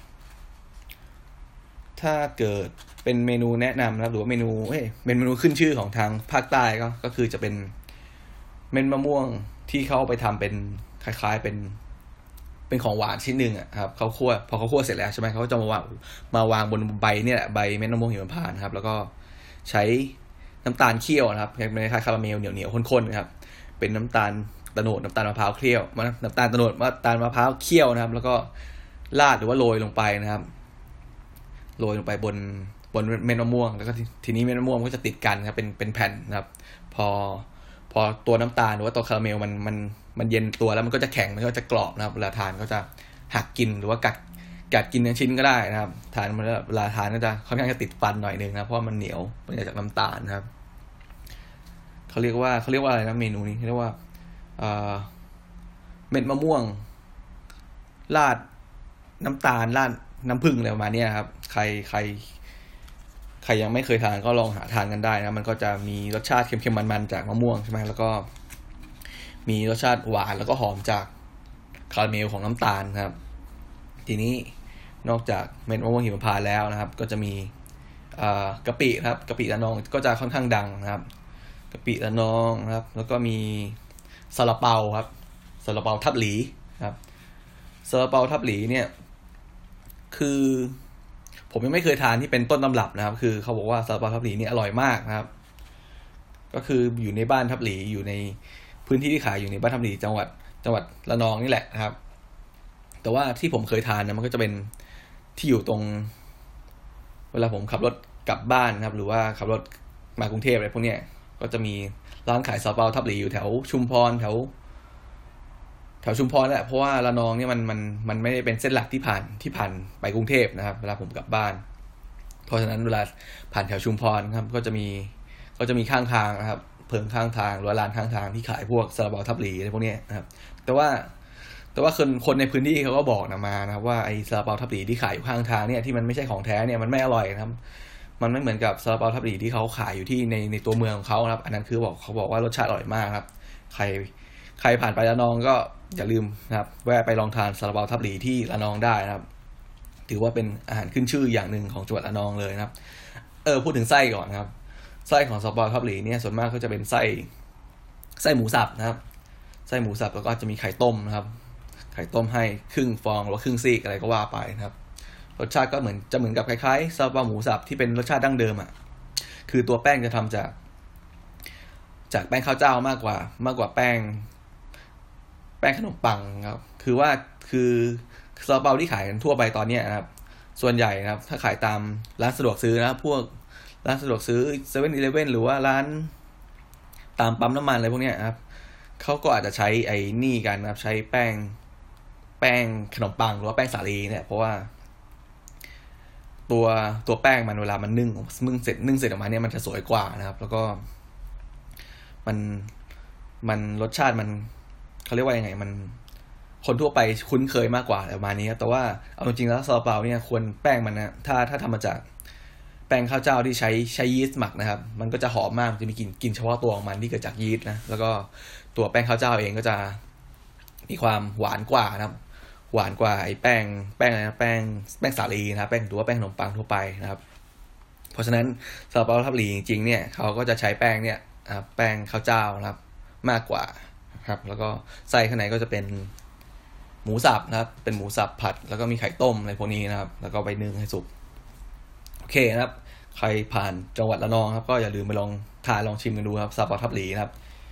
ถ้าเกิดเป็นเมนูแนะนำนะครับหรือว่าเมนูเอ้ยเป็นเมนูขึ้นชื่อของทางภาคใต้ก็ก็คือจะเป็นเม็ดมะม่วงที่เขาไปทำเป็นคล้ายๆเป็นเป็นของหวานชิ้นหนึ่งอ่ะครับเขาคั่วพอเขาคั่วเสร็จแล้วใช่ไหมเขาจะมาวางมาวางบนใบเนี่ยแหละใบเม็ดมะม่วงหิมพานต์ครับแล้วก็ใช้น้ำตาลเคี่ยวนะครับคล้ายๆคาราเมลเหนียวๆข้นๆนะครับเป็นน้ำตาลตะโนดน้ำตาลมะพร้าวเคี่ยวน้ำตาลตะโนดน้ำตาลมะพร้าวเคี่ยวนะครับแล้วก็ราดหรือว่าโรยลงไปนะครับโรยลงไปบนบนเม็ดมะม่วงแล้วก็ทีนี้เม็ดมะม่วงก็จะติดกันครับเป็นเป็นแผ่นนะครับพอพอตัวน้ำตาลหรือว่าตัวคาราเมลมันมันมันเย็นตัวแล้วมันก็จะแข็งมันก็จะกรอบนะครับเวลาทานก็จะหักกินหรือว่ากัดกัดกินทั้งชิ้นก็ได้นะครับทานมันเวลาทานก็จะค่อนข้างจะติดฟันหน่อยนึงนะเพราะมันเหนียวมันมาจากน้ำตาลนะครับเขาเรียกว่าเขาเรียกว่าอะไรนะเมนูนี้เรียกว่าเอ่อเม็ดมะม่วงราดน้ำตาลราดน้ำผึ้งอะไรประมาณนี้ครับใครใครใครยังไม่เคยทานก็ลองหาทานกันได้นะมันก็จะมีรสชาติเค็มๆมันๆจากมะม่วงใช่ไหมแล้วก็มีรสชาติหวานแล้วก็หอมจากคาราเมลของน้ำตาลครับทีนี้นอกจากเม็ดมะม่วงหิมพานต์แล้วนะครับก็จะมีกะปิครับกะปิระนองก็จะค่อนข้างดังนะครับกะปิระนองนะครับแล้วก็มีซาลาเปาครับซาลาเปาทับหลีครับซาลาเปาทับหลีเนี่ยคือผมยังไม่เคยทานที่เป็นต้นตำรับนะครับคือเขาบอกว่าซาลาเปาทับหลีนี่อร่อยมากนะครับก็คืออยู่ในบ้านทับหลีอยู่ในพื้นที่ที่ขายอยู่ในบ้านทับหลีจังหวัดจังหวัดระนองนี่แหละนะครับแต่ว่าที่ผมเคยทานนะมันก็จะเป็นที่อยู่ตรงเวลาผมขับรถกลับบ้านนะครับหรือว่าขับรถมากรุงเทพอะไรพวกเนี้ยก็จะมีร้านขายซาลาเปาทับหลีอยู่แถวชุมพรแถวแถวชุมพรแหละเพราะว่าระนองเนี่ยมันมันมันไม่ได้เป็นเส้นหลักที่ผ่านที่ผ่านไปกรุงเทพนะครับเวลาผมกลับบ้านเพราะฉะนั้นเวลาผ่านแถวชุมพรครับก็จะมีก็จะมีข้างทางนะครับเพิงข้างทางหรือร้านข้างทางที่ขายพวกซาลาเปาทับหลีอะไรพวกนี้นะครับแต่ว่าแต่ว่าคนคนในพื้นที่เขาก็บอกนะมานะครับว่าไอ้ซาลาเปาทับหลีที่ขายอยู่ข้างทางเนี่ยที่มันไม่ใช่ของแท้เนี่ยมันไม่อร่อยนะครับมันไม่เหมือนกับซาลาเปาทับหลีที่เขาขายอยู่ที่ในในตัวเมืองของเขานะครับอันนั้นคือบอกเขาบอกว่ารสชาติอร่อยมากครับใครใครผ่านไประนองก็อย่าลืมนะครับแวะไปลองทานซาลาเปาทับหลีที่ระนองได้นะครับถือว่าเป็นอาหารขึ้นชื่ออย่างหนึ่งของจังหวัดระนองเลยนะครับเออพูดถึงไส้ก่อนนะครับไส้ของซาลาเปาทับหลีเนี่ยส่วนมากก็จะเป็นไส้ไส้หมูสับนะครับไส้หมูสับแล้วก็จะมีไข่ต้มนะครับไข่ต้มให้ครึ่งฟองหรือว่าครึ่งซีกอะไรก็ว่าไปนะครับรสชาติก็เหมือนจะเหมือนกับคล้ายๆซาลาเปาหมูสับที่เป็นรสชาติดั้งเดิมอ่ะคือตัวแป้งจะทำจากจากแป้งข้าวเจ้ามากกว่ามากกว่าแป้งแป้งขนมปังครับคือว่าคือซาลาเปาที่ขายกันทั่วไปตอนนี้นะครับส่วนใหญ่นะครับถ้าขายตามร้านสะดวกซื้อนะพวกร้านสะดวกซื้อ เซเว่น อีเลฟเว่น หรือว่าร้านตามปั๊มน้ำมันอะไรพวกนี้ครับเขาก็อาจจะใช้ไอ้นี่กันนะครับใช้แป้งแป้งขนมปังหรือว่าแป้งสาลีเนี่ยเพราะว่าตัวตัวแป้งมันเวลามันนึ่งนึ่งเสร็จนึ่งเสร็จออกมาเนี่ยมันจะสวยกว่านะครับแล้วก็มันมันรสชาติมันเขาเรียกว่ายังไงมันคนทั่วไปคุ้นเคยมากกว่าประมาณนี้ครับแต่ว่าเอาจริงๆแล้วซาลาเปาเนี่ยควรแป้งมันนะถ้าถ้าทำมาจากแป้งข้าวเจ้าที่ใช้ใช้ยีสต์หมักนะครับมันก็จะหอมมากจะมีกลิ่นกลิ่นเฉพาะตัวของมันที่เกิดจากยีสต์นะแล้วก็ตัวแป้งข้าวเจ้าเองก็จะมีความหวานกว่านะครับหวานกว่าไอ้แป้งแป้งอะไรนะแป้งแป้งสาลีนะครับแป้งหรือว่าแป้งขนมปังทั่วไปนะครับเพราะฉะนั้นซาลาเปาทับหลีจริงๆเนี่ยเขาก็จะใช้แป้งเนี่ยแป้งข้าวเจ้านะครับมากกว่าครับแล้วก็ไส้ข้างในก็จะเป็นหมูสับนะครับเป็นหมูสับผัดแล้วก็มีไข่ต้มอะไรพวกนี้นะครับแล้วก็ไปนึ่งให้สุกโอเคนะครับใครผ่านจังหวัดระนองครับก็อย่าลืมไปลองทานลองชิมกันดูครับซาลาเปาทับหลีนะครับ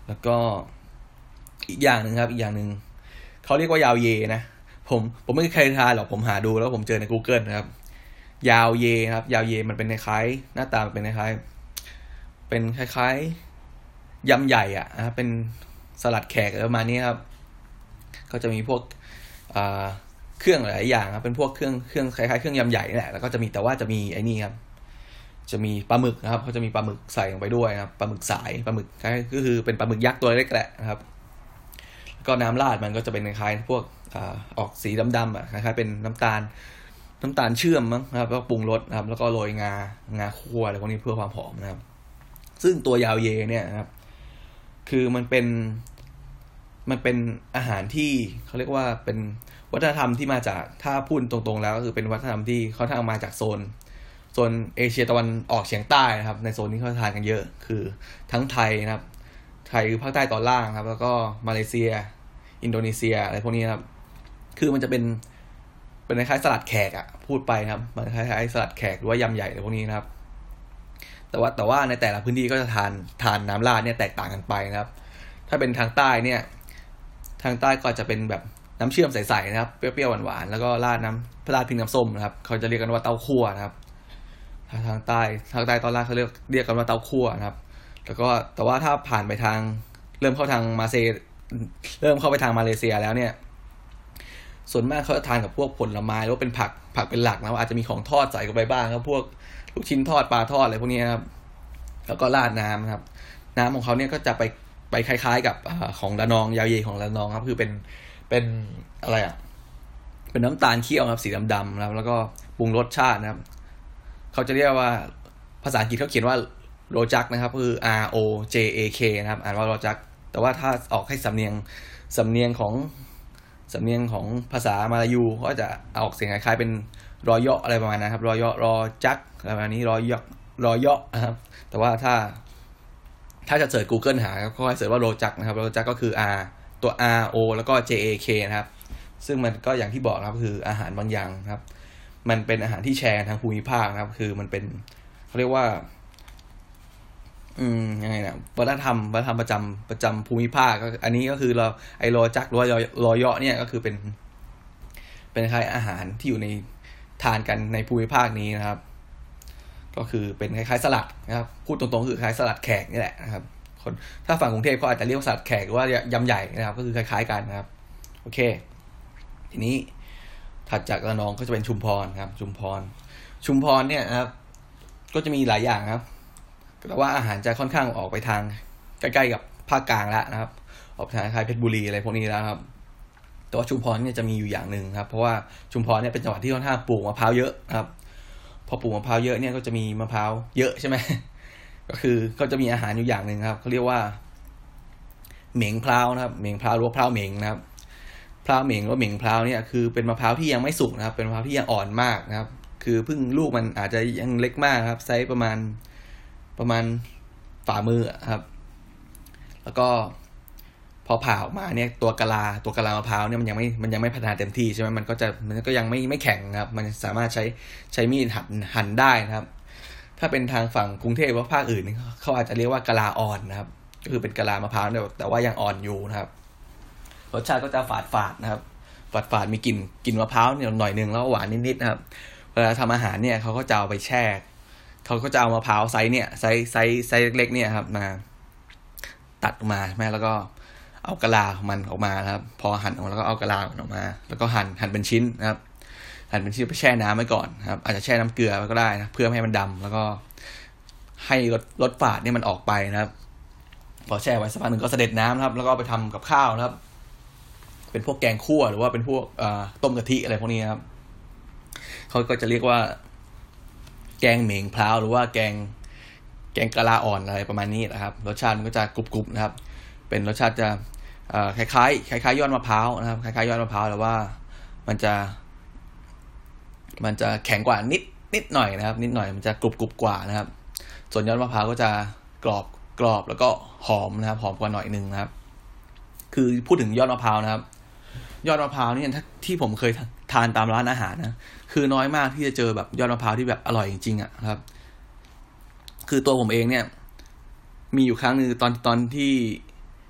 แล้วก็อีกอย่างหนึ่งครับอีกอย่างหนึ่งเขาเรียกว่ายาวเยนะผมผมไม่เคยทานหรอกผมหาดูแล้วผมเจอใน Google นะครับยาวเยครับยาวเยมันเป็นคล้ายๆหน้าตาเป็นคล้ายๆเป็นคล้ายๆยำใหญ่อ่ะนะเป็นสลัดแขกประมาณนี้ครับก็จะมีพวกอ่าเครื่องหลายอย่างครับเป็นพวกเครื่องเครื่องคล้ายๆเครื่องยำใหญ่นี่แหละแล้วก็จะมีแต่ว่าจะมีไอ้นี่ครับจะมีปลาหมึกนะครับเขาจะมีปลาหมึกใส่ลงไปด้วยนะครับปลาหมึกสายปลาหมึกก็คือเป็นปลาหมึกยักษ์ตัวเล็กแหละนะครับก็น้ำราดมันก็จะเป็นคล้ายๆพวกอ่าออกสีดำๆอ่ะคล้ายๆเป็นน้ำตาลน้ำตาลเชื่อมมั้งนะครับแล้วปรุงรสนะครับแล้วก็โรยงางาคั่วอะไรพวกนี้เพื่อความหอมนะครับซึ่งตัวยาวเยเนี่ยนะครับคือมันเป็นมันเป็นอาหารที่เขาเรียกว่าเป็นวัฒนธรรมที่มาจากถ้าพูดตรงๆแล้วก็คือเป็นวัฒนธรรมที่เขาทางมาจากโซนโซนเอเชียตะวันออกเฉียงใต้นะครับในโซนนี้เขาทานกันเยอะคือทั้งไทยนะครับไทยคือภาคใต้ตอนล่างครับแล้วก็มาเลเซียอินโดนีเซียอะไรพวกนี้ครับคือมันจะเป็นเป็นคล้ายๆสลัดแขกอ่ะพูดไปครับมันคล้ายๆสลัดแขกหรือว่ายำใหญ่อะไรพวกนี้นะครับแต่ว่าแต่ว่าในแต่ละพื้นที่ก็จะทานทานน้ำราดเนี่ยแตกต่างกันไปนะครับถ้าเป็นทางใต้เนี่ยทางใต้ก็จะเป็นแบบน้ำเชื่อมใสๆนะครับเปรี้ยวๆหวานๆแล้วก็ราดน้ำราดพริกน้ำส้มนะครับเขาจะเรียกกันว่าเต้าคั่วนะครับทางใต้ทางใต้ตอนล่างเขาเรียกเรียกกันว่าเต้าคั่วนะครับแล้วก็แต่ว่าถ้าผ่านไปทางเริ่มเข้าทางมาเลเริ่มเข้าไปทางมาเลเซียแล้วเนี่ยส่วนมากเขาจะทานกับพวกผลไม้หรือว่าเป็นผักผักเป็นหลักนะอาจจะมีของทอดใส่เข้าไปบ้างครับพวกลูกชิ้นทอดปลาทอดอะไรพวกนี้ครับแล้วก็ราดน้ำครับน้ำของเขาเนี่ยก็จะไปไปคล้ายๆกับของระนองยาวเยของระนองครับคือเป็นเป็นอะไรอ่ะเป็นน้ำตาลเคี่ยวครับสีดำๆนะครับแล้วก็ปรุงรสชาตินะครับเขาจะเรียกว่าภาษาอังกฤษเขาเขียนว่าโรจักนะครับคือ R O J A K นะครับอ่านว่าโรจักแต่ว่าถ้าออกให้สำเนียงสำเนียงของสำเนียงของภาษามาลายูก็จะออกเสียงคล้ายๆเป็นรอยเยาะอะไรประมาณนั้นครับรอยเยาะรอจักอะไรประมาณนี้รอยเยาะรอยเยาะนะครับแต่ว่าถ้าถ้าจะเสิร์ช Google หาก็ให้เสิร์ชว่าโรจักนะครับโรจักก็คือ R ตัว R O แล้วก็ J A K นะครับซึ่งมันก็อย่างที่บอกครับคืออาหารบางอย่างครับมันเป็นอาหารที่แชร์ทางภูมิภาคนะครับคือมันเป็นเขาเรียกว่าอืมยังไงนะวัฒนธรรมวัฒนธรรมประจำประจำภูมิภาคก็อันนี้ก็คือเราไอโรจักหรือว่ารอยเยาะเนี่ยก็คือเป็นเป็นคล้ายอาหารที่อยู่ในทานกันในภูมิภาคนี้นะครับก็คือเป็นคล้ายๆสลัดนะครับพูดตรงๆคือคล้ายสลัดแขกนี่แหละนะครับคนถ้าฝั่งกรุงเทพเขาอาจจะเรียกสลัดแขกหรือว่ายำใหญ่นะครับก็คือคล้ายๆกันนะครับโอเคทีนี้ถัดจากระนองก็จะเป็นชุมพรครับชุมพรชุมพรเนี่ยนะครับก็จะมีหลายอย่างครับแต่ว่าอาหารจะค่อนข้างออกไปทางใกล้ๆกับภาคกลางแล้วนะครับออกไปทางคล้ายเพชรบุรีอะไรพวกนี้แล้วครับแต่ว่าชุมพรเนี่ยจะมีอยู่อย่างหนึ่งครับเพราะว่าชุมพรเนี่ยเป็นจังหวัดที่ค่อนข้างปลูกมะพร้าวเยอะครับพอปลูกมะพร้าวเยอะเนี่ยก็จะมีมะพร้าวเยอะใช่ไหมก็คือก็จะมีอาหารอยู่อย่างหนึ่งครับเขาเรียกว่าเหม็งพร้าวนะครับเหม็งพร้าวหรือว่าพร้าวเหม็งนะครับพร้าวเหม็งหรือว่าเหม็งพร้าวเนี่ยคือเป็นมะพร้าวที่ยังไม่สุกนะครับเป็นมะพร้าวที่ยังอ่อนมากนะครับคือเพิ่งลูกมันอาจจะยังเล็กมากครับไซส์ประมาณประมาณฝ่ามือครับแล้วก็พอผ่าออกมาเนี่ยตัวกะลาตัวกะลามะพร้าวเนี่ยมันยังไม่มันยังไม่พัฒนาเต็มที่ใช่ไหมมันก็จะมันก็ยังไม่ไม่แข็งครับมันสามารถใช้ใช้มีดหั่นหั่นได้นะครับถ้าเป็นทางฝั่งกรุงเทพหรือภาคอื่นเขาอาจจะเรียกว่ากะลาอ่อนนะครับก็คือเป็นกะลามะพร้าวเนี่ยแต่ว่ายังอ่อนอยู่นะครับรสชาติก็จะฝาดฝาดนะครับฝาดฝาดมีกลิ่นกลิ่นมะพร้าวเนี่ยหน่อยนึงแล้วหวานนิดๆนะครับเวลาทำอาหารเนี่ยเขาก็จะเอาไปแช่เขาก็จะเอามะพร้าวไซส์เนี่ยไซส์ไซส์ไซส์เล็กๆเนี่ยครับมาตัดออกมาใช่ไหมแล้วก็เอากะลาของมันออกมาครับพอหั่นออกมาแล้วก็เอากะลาออกมาแล้วก็หั่นหั่นเป็นชิ้นนะครับหั่นเป็นชิ้นไปแช่น้ำไว้ก่อนครับอาจจะแช่น้ำเกลือไว้ก็ได้นะเพื่อให้มันดำแล้วก็ให้รสรสฝาดเนี่ยมันออกไปนะครับพอแช่ไว้สักพักหนึ่งก็เสด็จน้ำนะครับแล้วก็ไปทำกับข้าวนะครับเป็นพวกแกงคั่วหรือว่าเป็นพวกต้มกะทิอะไรพวกนี้ครับเขาก็จะเรียกว่าแกงเหม็งพร้าวหรือว่าแกงแกงกะลาอ่อนอะไรประมาณนี้นะครับรสชาติมันก็จะกรุบๆนะครับเป็นรสชาติจะคล้ายๆคล้ายๆยอดมะพร้าวนะครับคล้ายๆยอดมะพร้าวแต่ว่ามันจะมันจะแข็งกว่านิดนิดหน่อยนะครับนิดหน่อยมันจะกรุบๆกว่านะครับส่วนยอดมะพร้าวก็จะกรอบกรอบแล้วก็หอมนะครับหอมกว่าหน่อยนึงนะครับคือพูดถึงยอดมะพร้าวนะครับยอดมะพร้าวนี่ที่ผมเคยทานตามร้านอาหารนะคือน้อยมากที่จะเจอแบบยอดมะพร้าวที่แบบอร่อยจริงๆอ่ะครับคือตัวผมเองเนี่ยมีอยู่ครั้งนึงตอนตอนที่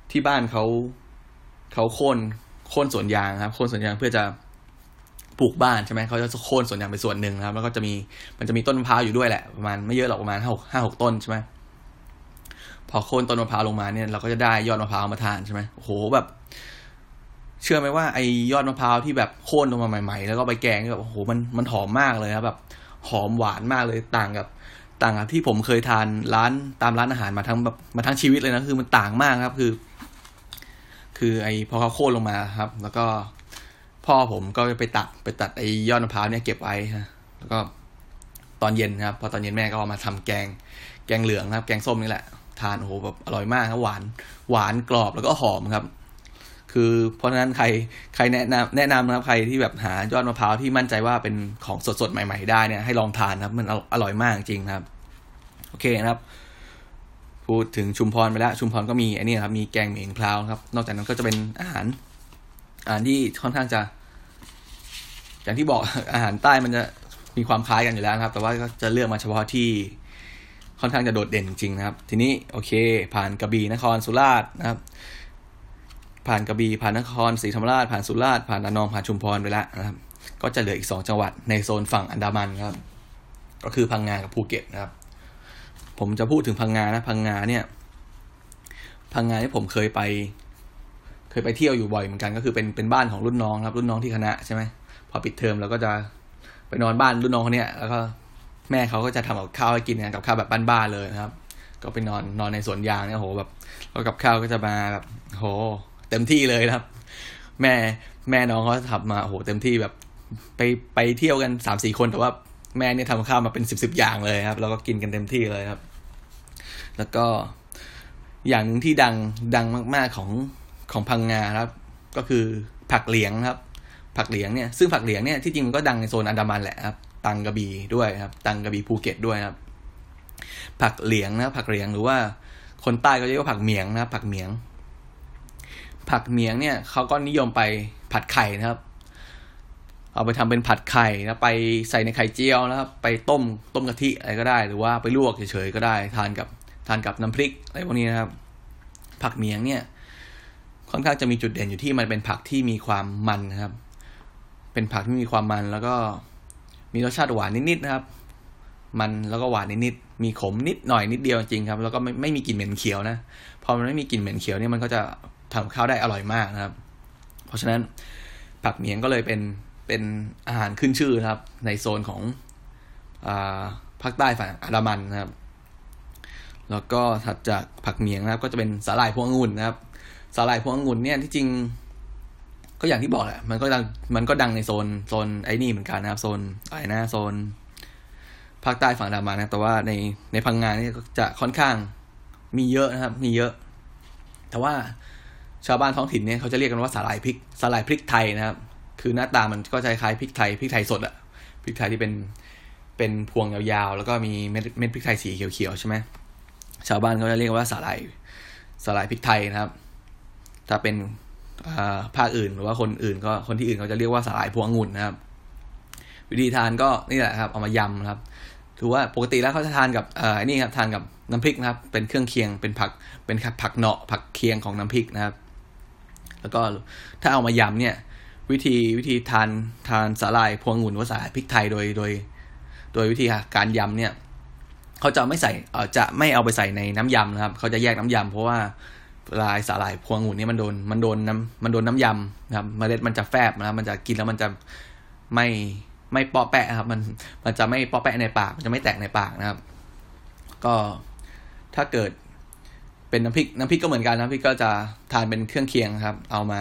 ที่บ้านเขาเขาโค่นโค่นสวนยางครับโค่นสวนยางเพื่อจะปลูกบ้านใช่ไหมเขาจะโค่นสวนยางไปส่วนหนึ่งครับแล้วก็จะมีมันจะมีต้นมะพร้าวอยู่ด้วยแหละประมาณไม่เยอะหรอกประมาณห้าหกห้าหกต้นใช่ไหมพอโค่นต้นมะพร้าวลงมาเนี่ยเราก็จะได้ยอดมะพร้าวมาทานใช่ไหมโอ้โหแบบเชื่อไหมว่าไอ้ยอดมะพร้าวที่แบบโค่นลงมาใหม่ๆแล้วก็ไปแกงแบบโอ้โหมันมันหอมมากเลยครับแบบหอมหวานมากเลยต่างกับต่างกับที่ผมเคยทานร้านตามร้านอาหารมาทั้งแบบมาทั้งชีวิตเลยนะคือมันต่างมากครับคือคือไอ้พอเขาโค่นลงมาครับแล้วก็พ่อผมก็ไปตัดไปตัดไอ้ยอดมะพร้าวเนี่ยเก็บไว้ฮะแล้วก็ตอนเย็นครับพอตอนเย็นแม่ก็เอามาทำแกงแกงเหลืองครับแกงส้มนี่แหละทานโอ้โหแบบอร่อยมากครับหวานหวานกรอบแล้วก็หอมครับคือเพราะฉะนั้นใครใครแนะนำแนะนำนะครับใครที่แบบหายอดมะพร้าวที่มั่นใจว่าเป็นของสดๆใหม่ๆได้เนี่ยให้ลองทานครับมันอร่อยมากจริงครับโอเคนะครับพูดถึงชุมพรไปแล้วชุมพรก็มีไอ้นี่ครับมีแกงเหม็งพราวครับนอกจากนั้นก็จะเป็นอาหารอาหารที่ค่อนข้างจะอย่างที่บอกอาหารใต้มันจะมีความคล้ายกันอยู่แล้วครับแต่ว่าก็จะเลือกมาเฉพาะที่ค่อนข้างจะโดดเด่นจริงๆนะครับทีนี้โอเคผ่านกระบี่นครสุราษฎร์นะครับผ่านกระบี่ผ่านนครศรีธรรมราชผ่านสุราษฎร์ผ่านระนองผ่านชุมพรไปแล้วนะครับก็จะเหลืออีกสองจังหวัดในโซนฝั่งอันดามันครับก็คือพังงากับภูเก็ตนะครับผมจะพูดถึงพังงานะพังงาเนี่ยพังงาที่ผมเคยไปเคยไปเที่ยวอยู่บ่อยเหมือนกันก็คือเป็นเป็นบ้านของรุ่นน้องครับรุ่นน้องที่คณะใช่ไหมพอปิดเทอมเราก็จะไปนอนบ้านรุ่นน้องคนเนี้ยแล้วก็แม่เขาก็จะทำกับข้าวให้กินกันกับข้าวแบบบ้านๆเลยนะครับก็ไปนอนนอนในสวนยางเนี่ยโหแบบแล้วกับข้าวก็จะมาแบบโหเต็มที่เลยนะครับแม่แม่น้องเขาทำมาโหเต็มที่แบบไปไปเที่ยวกัน สามสี่ คนแต่ว่าแม่เนี่ยทำข้าวมาเป็นสิบสิบอย่างเลยครับแล้วก็กินกันเต็มที่เลยครับแล้วก็อย่างนึงที่ดังดังมากๆของของพังงาครับก็คือผักเหลียงครับผักเหลียงเนี่ยซึ่งผักเหลียงเนี่ยที่จริงมันก็ดังในโซนอันดามันแหละครับตังกระบี่ด้วยครับตังกระบี่ภูเก็ตด้วยครับผักเหลียงนะผักเหลียงหรือว่าคนใต้ก็เรียกว่าผักเหมียงนะครับผักเหมียงผักเหมียงเนี่ยเขาก็นิยมไปผัดไข่นะครับเอาไปทำเป็นผัดไข่นะไปใส่ในไข่เจียวนะครับไปต้มต้มกะทิอะไรก็ได้หรือว่าไปลวกเฉยๆก็ได้ทานกับทานกับน้ำพริกอะไรพวกนี้นะครับผักเหมียงเนี่ยค่อนข้างจะมีจุดเด่นอยู่ที่มันเป็นผักที่มีความมันนะครับเป็นผักที่มีความมันแล้วก็มีรสชาติหวานนิดๆนะครับมันแล้วก็หวานนิดๆมีขมนิดหน่อยนิดเดียวจริงครับแล้วก็ไม่ไม่มีกลิ่นเหม็นเขียวนะพอมันไม่มีกลิ่นเหม็นเขียวเนี่ยมันก็จะทำข้าวได้อร่อยมากนะครับเพราะฉะนั้นผักเหมียงก็เลยเป็นเป็นอาหารขึ้นชื่อครับในโซนของอ่าภาคใต้ฝั่งอันดามันนะครับแล้วก็ถัดจากผักเหมียงนะครับก็จะเป็นสาหร่ายพวงองุ่นนะครับสาหร่ายพวงองุ่นเนี่ยที่จริงก็อย่างที่บอกแหละมันก็ดังมันก็ดังในโซนโซนไอ้นี่เหมือนกันนะครับโซนอะไรนะโซนภาคใต้ฝั่งอันดามันนะแต่ว่าในในพังงาเนี่ยจะค่อนข้างมีเยอะนะครับมีเยอะแต่ว่าชาวบ้านท้องถิ่นเนี่ยเขาจะเรียกกันว่าสาหร่ายพริกสาหร่ายพริกไทยนะครับคือหน้าตามันก็จะคล้ายพริกไทยพริกไทยสดอะพริกไทยที่เป็นเป็นพวงยาวๆแล้วก็มีเม็ดเม็ดพริกไทยสีเขียวๆใช่ไหมชาวบ้านเขาจะเรียกว่าสาหร่ายสาหร่ายพริกไทยนะครับถ้าเป็นภาคอื่นหรือว่าคนอื่นก็คนที่อื่นเขาจะเรียกว่าสาหร่ายพวงองุ่นนะครับวิธีทานก็นี่แหละครับเอามายำนะครับถือว่าปกติแล้วเขาจะทานกับเอ่อนี่ครับทานกับน้ำพริกนะครับเป็นเครื่องเคียงเป็นผักเป็นผักเนาะผักเคียงของน้ำพริกนะครับแล้วก็ถ้าเอามายำเนี่ยวิธีวิธีทานทานสาหร่ายพวงองุ่นหรือสาหร่ายพริกไทยโดยโดยโดยวิธีการยำเนี่ยเขาจะไม่ใส่เอ่อจะไม่เอาไปใส่ในน้ำยำนะครับเขาจะแยกน้ำยำเพราะว่าลายสาหร่ายพวงองุ่นนี่มันโดนมันโดนน้ำมันโดนน้ำยำนะครับเมล็ดมันจะแฟบนะครับมันจะกินแล้วมันจะไม่ไม่เปาะแปะครับมันมันจะไม่เปาะแปะในปากมันจะไม่แตกในปากนะครับก็ถ้าเกิดเป็นน้ำพริกน้ำพริกก็เหมือนกันน้ำพริกก็จะทานเป็นเครื่องเคียงครับเอามา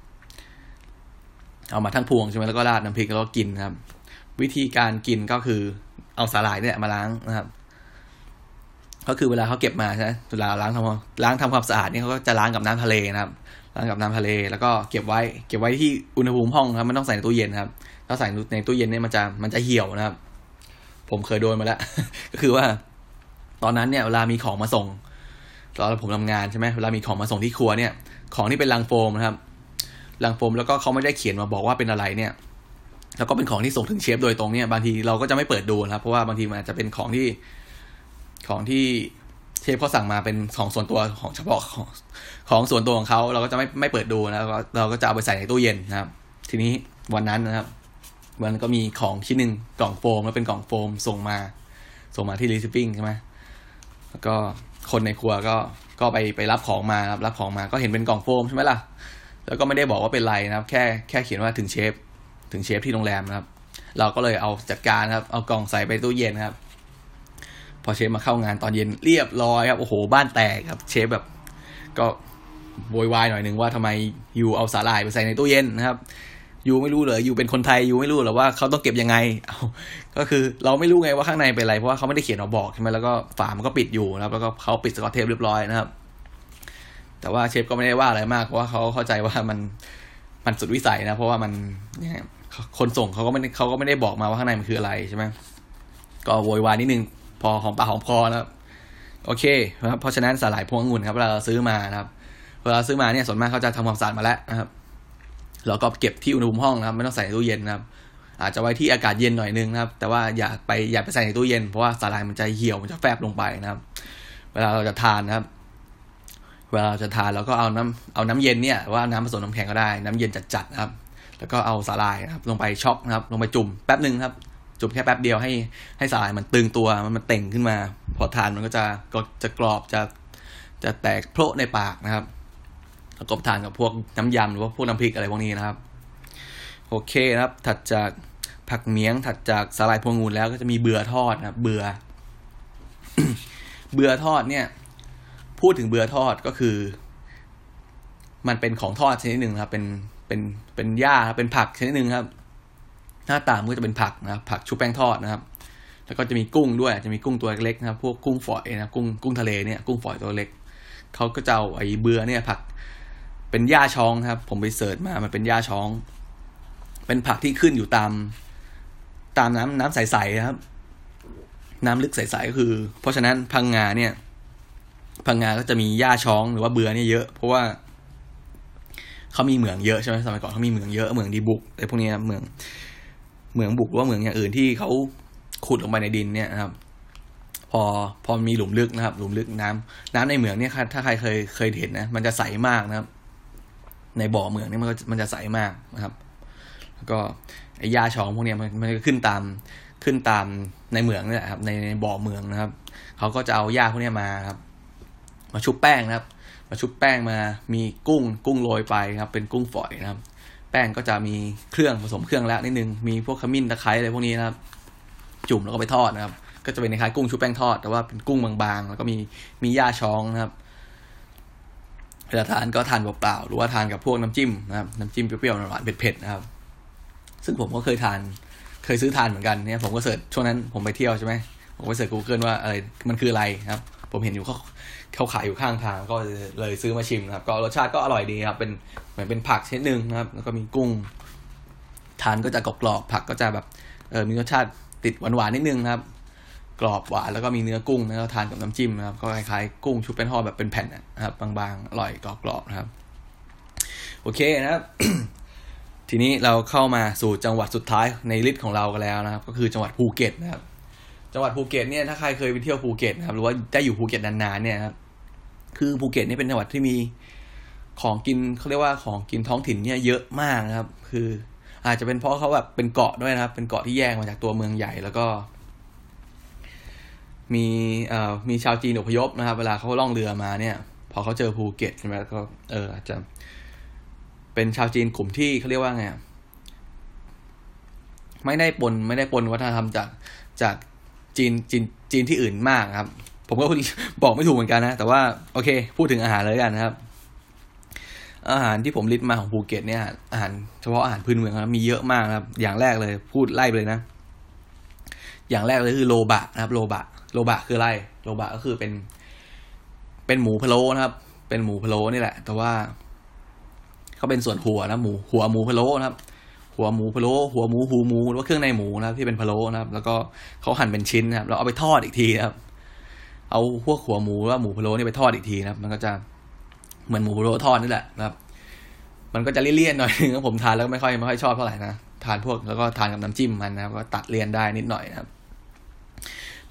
เอามาทั้งพวงใช่ไหมแล้วก็ราดน้ำพริกแล้วก็กินครับวิธีการกินก็คือเอาสาหร่ายเนี่ยมาล้างนะครับก็คือเวลาเขาเก็บมาใช่ไหมเวลาล้างทำล้างทำความสะอาดนี่เขาก็จะล้างกับน้ำทะเลนะครับล้างกับน้ำทะเลแล้วก็เก็บไว้เก็บไว้ที่อุณหภูมิห้องครับมันต้องใส่ในตู้เย็นครับถ้าใส่ในตู้เย็นเนี่ยมันจะมันจะเหี่ยวนะครับผมเคยโดนมาแล้ว ก็คือว่าตอนนั้นเนี่ยเวลามีของมาส่งตอนผมทำงานใช่ไหมเวลามีของมาส่งที่ครัวเนี่ยของที่เป็นลังโฟมนะครับลังโฟมแล้วก็เขาไม่ได้เขียนมาบอกว่าเป็นอะไรเนี่ยแล้วก็เป็นของที่ส่งถึงเชฟโดยตรงเนี่ยบางทีเราก็จะไม่เปิดดูนะครับเพราะว่าบางทีมันอาจจะเป็นของที่ของที่ทเชฟเขาสั่งมาเป็นของส่วนตัวของเฉพาะของของส่วนตัวของเขาเราก็จะไม่ไม่เปิดดูนะเราเราก็จะเอาไปใส่ในตู้เย็นนะครับทีนี้วันนั้นนะครับวันก็มีของชิ้นหนึ่งกล่องโฟมแล้วเป็นกล่องโฟมส่งมาส่งมาที่รีซิปปิ้งใช่ไหมแล้วก็คนในครัวก็ก็ไปไปรับของมาครับรับของมาก็เห็นเป็นกล่องโฟมใช่ไหมล่ะแล้วก็ไม่ได้บอกว่าเป็นไรนะครับแค่แค่เขียนว่าถึงเชฟถึงเชฟที่โรงแรมนะครับเราก็เลยเอาจัดการครับเอากล่องใส่ไปตู้เย็นครับพอเชฟมาเข้างานตอนเย็นเรียบร้อยครับโอ้โหบ้านแตกครับเชฟแบบก็โวยวายหน่อยนึงว่าทำไมยูเอาสาหร่ายไปใส่ในตู้เย็นนะครับยูไม่รู้เหรอยูเป็นคนไทยยูไม่รู้เหรอว่าเขาต้องเก็บยังไงเอาก็คือเราไม่รู้ไงว่าข้างในเป็นอะไรเพราะว่าเขาไม่ได้เขียนเอาบอกใช่ไหมแล้วก็ฝามันก็ปิดอยู่นะครับแล้วก็เขาปิดสกอตเทปเรียบร้อยนะครับแต่ว่าเชฟก็ไม่ได้ว่าอะไรมากเพราะว่าเขาเข้าใจว่ามันมันสุดวิสัยนะเพราะว่ามันเนี่ยคนส่งเขาก็ไม่เขาก็ไม่ได้บอกมาว่าข้างในมันคืออะไรใช่ไหมก็โวยวายนิดนึงพอหอมปากหอมคอนะครับโอเคนะครับเพราะฉะนั้นสาหร่ายพวงองุ่นครับเวลาเราซื้อมานะครับเวลาซื้อมาเนี่ยส่วนมากเขาจะทำความสะอาดมาแล้วนะครับแล้วก็เก็บที่อุณหภูมิห้องนะครับไม่ต้องใส่ในตู้เย็นนะครับอาจจะไว้ที่อากาศเย็นหน่อยนึงนะครับแต่ว่าอย่าไปอย่าไปใส่ในตู้เย็นเพราะว่าสาหร่ายมันจะเหี่ยวมันจะแฟบลงไปนะครับเวลาเราจะทานนะครับเวลาเราจะทานเราก็เอาน้ำเอาน้ำเย็นเนี่ยว่าน้ำผสมน้ำแข็งก็ได้น้ำเย็นจัดๆนะครับแล้วก็เอาสาหร่ายนะครับลงไปช็อกนะครับลงไปจุ่มแป๊บนึงครับจุ่มแค่แป๊บเดียวให้ให้สาหร่ายมันตึงตัวมันมันเต่งขึ้นมาพอทานมันก็จะก็จะกรอบจะจะแตกโผล่ในปากนะครับแล้วก็ทานกับพวกน้ำยำหรือว่าพวกน้ำพริกอะไรพวกนี้นะครับโอเคนะครับถัดจากผักเมียงถัดจากสาหร่ายพวงองุ่นแล้วก็จะมีเบื่อทอดนะครับเบื่อ เบื่อทอดเนี่ยพูดถึงเบื่อทอดก็คือมันเป็นของทอดชนิดหนึ่งครับเป็นเป็นเป็นหญ้าเป็นผักชนิดหนึ่งครับหน้าตามันก็จะเป็นผักนะครับผักชุบแป้งทอดนะครับแล้วก็จะมีกุ้งด้วยจะมีกุ้งตัวเล็กนะครับพวกกุ้งฝอยนะกุ้งกุ้งทะเลเนี่ยกุ้งฝอยตัวเล็กเขาก็จะเอาไอ้เบื่อเนี่ยผักเป็นหญ้าช้องครับผมไปเสิร์ชมามันเป็นหญ้าช้องเป็นผักที่ขึ้นอยู่ตามตามน้ำน้ำใสๆครับน้ำลึกใสๆก็คือเพราะฉะนั้นพังงาเนี่ยพังงาก็จะมีหญ้าช้องหรือว่าเบื่อเนี่ยเยอะเพราะว่าเขามีเหมืองเยอะใช่ไหมสมัยก่อนเขามีเหมืองเยอะเหมืองดีบุกอะไรพวกนี้นะเหมืองเหมืองบุกหรือว่าเหมืองอย่างอื่นที่เขาขุดลงไปในดินเนี่ยนะครับพอพอมีหลุมลึกนะครับหลุมลึกน้ำน้ำในเหมืองเนี่ยถ้าใครเคยเคยเห็นนะมันจะใสมากนะครับในบ่อเหมืองนี่มันก็มันจะใสมากนะครับแล้วก็ไอ้หญ้าช้องพวกนี้มันมันก็ขึ้นตามขึ้นตามในเหมืองนี่แหละครับในในบ่อเหมืองนะครับเขาก็จะเอาหญ้าพวกนี้มาครับมาชุบแป้งนะครับมาชุบแป้งมามีกุ้งกุ้งโรยไปครับเป็นกุ้งฝอยนะครับแป้งก็จะมีเครื่องผสมเครื่องแล้วนิดนึงมีพวกขมิ้นตะไคร้อะไรพวกนี้นะครับจุ่มแล้วก็ไปทอดนะครับก็จะเป็นคล้ายกุ้งชุบแป้งทอดแต่ว่าเป็นกุ้งบางๆแล้วก็มีมีหญ้าช้องนะครับเวลาทานก็ทานเปล่าๆหรือว่าทานกับพวกน้ำจิ้มนะครับน้ำจิ้มเปรี้ยวๆหวานๆเผ็ดๆนะครับซึ่งผมก็เคยทานเคยซื้อทานเหมือนกันเนี่ยผมก็เสิร์ชช่วงนั้นผมไปเที่ยวใช่ไหมผมไปเสิร์ช Google ว่าอะไรมันคืออะไรครับผมเห็นอยู่เขาเขาขายอยู่ข้างทางก็เลยซื้อมาชิมนะครับก็รสชาติก็อร่อยดีครับเป็นเหมือนเป็นผักชนิดนึงนะครับแล้วก็มีกุ้งทานก็จะกรอบๆผักก็จะแบบเออมีรสชาติติดหวานๆนิดนึงนะครับกรอบหวานแล้วก็มีเนื้อกุ้งแล้วก็ทานกับน้ำจิ้มนะครับก็คล้ายๆกุ้งชุบเป็นห่อแบบเป็นแผ่นนะครับบางๆอร่อยกรอบๆนะครับโอเคนะครับ ทีนี้เราเข้ามาสู่จังหวัดสุดท้ายในลิสต์ของเรากันแล้วนะครับก็คือจังหวัดภูเก็ตนะครับจังหวัดภูเก็ตเนี่ยถ้าใครเคยไปเที่ยวภูเก็ตนะครับหรือว่าได้อยู่ภูเก็ตนานๆเนี่ยครับคือภูเก็ตนี่เป็นจังหวัดที่มีของกินเขาเรียกว่าของกินท้องถิ่นเนี่ยเยอะมากนะครับคืออาจจะเป็นเพราะเขาแบบเป็นเกาะด้วยนะครับเป็นเกาะที่แยกมาจากตัวเมืองใหญ่แล้วก็มีเอ่อมีชาวจีนอพยพนะครับเวลาเขาล่องเรือมาเนี่ยพอเขาเจอภูเก็ตใช่ไหมก็เอออาจจะเป็นชาวจีนกลุ่มที่เขาเรียกว่าไงไม่ได้ปนไม่ได้ปนวัฒนธรรมจากจากจีนจีนจีนที่อื่นมากครับผมก็บอกไม่ถูกเหมือนกันนะแต่ว่าโอเคพูดถึงอาหารเลยกันนะครับอาหารที่ผมลิสต์มาของภูเก็ตเนี่ยอาหารเฉพาะอาหารพื้นเมืองครับมีเยอะมากครับอย่างแรกเลยพูดไล่ไปเลยนะอย่างแรกเลยคือโลบะนะครับโลบะโลบะคืออะไรโลบะก็คือเป็นเป็นหมูพะโล้นะครับเป็นหมูพะโล้นี่แหละแต่ว่าเขาเป็นส่วนหัวนะหมูหัวหมูพะโล้นะครับหัวหมูพะโล้หัวหมูหูหมูหรือว่าเครื่องในหมูนะครับที่เป็นพะโล้นะครับแล้วก็เขาหั่นเป็นชิ้นนะครับแล้วเอาไปทอดอีกทีนะครับเอาพวกหัวหมูหรือว่าหมูพะโล้นี่ไปทอดอีกทีนะครับมันก็จะเหมือนหมูพะโล้ทอดนี่แหละนะครับมันก็จะเลี่ยนๆหน่อยนึงผมทานแล้วไม่ค่อยไม่ค่อยชอบเท่าไหร่นะทานพวกแล้วก็ทานกับน้ำจิ้มมันนะครับก็ตัดเลี่ยนได้นิดหน่อยนะครับ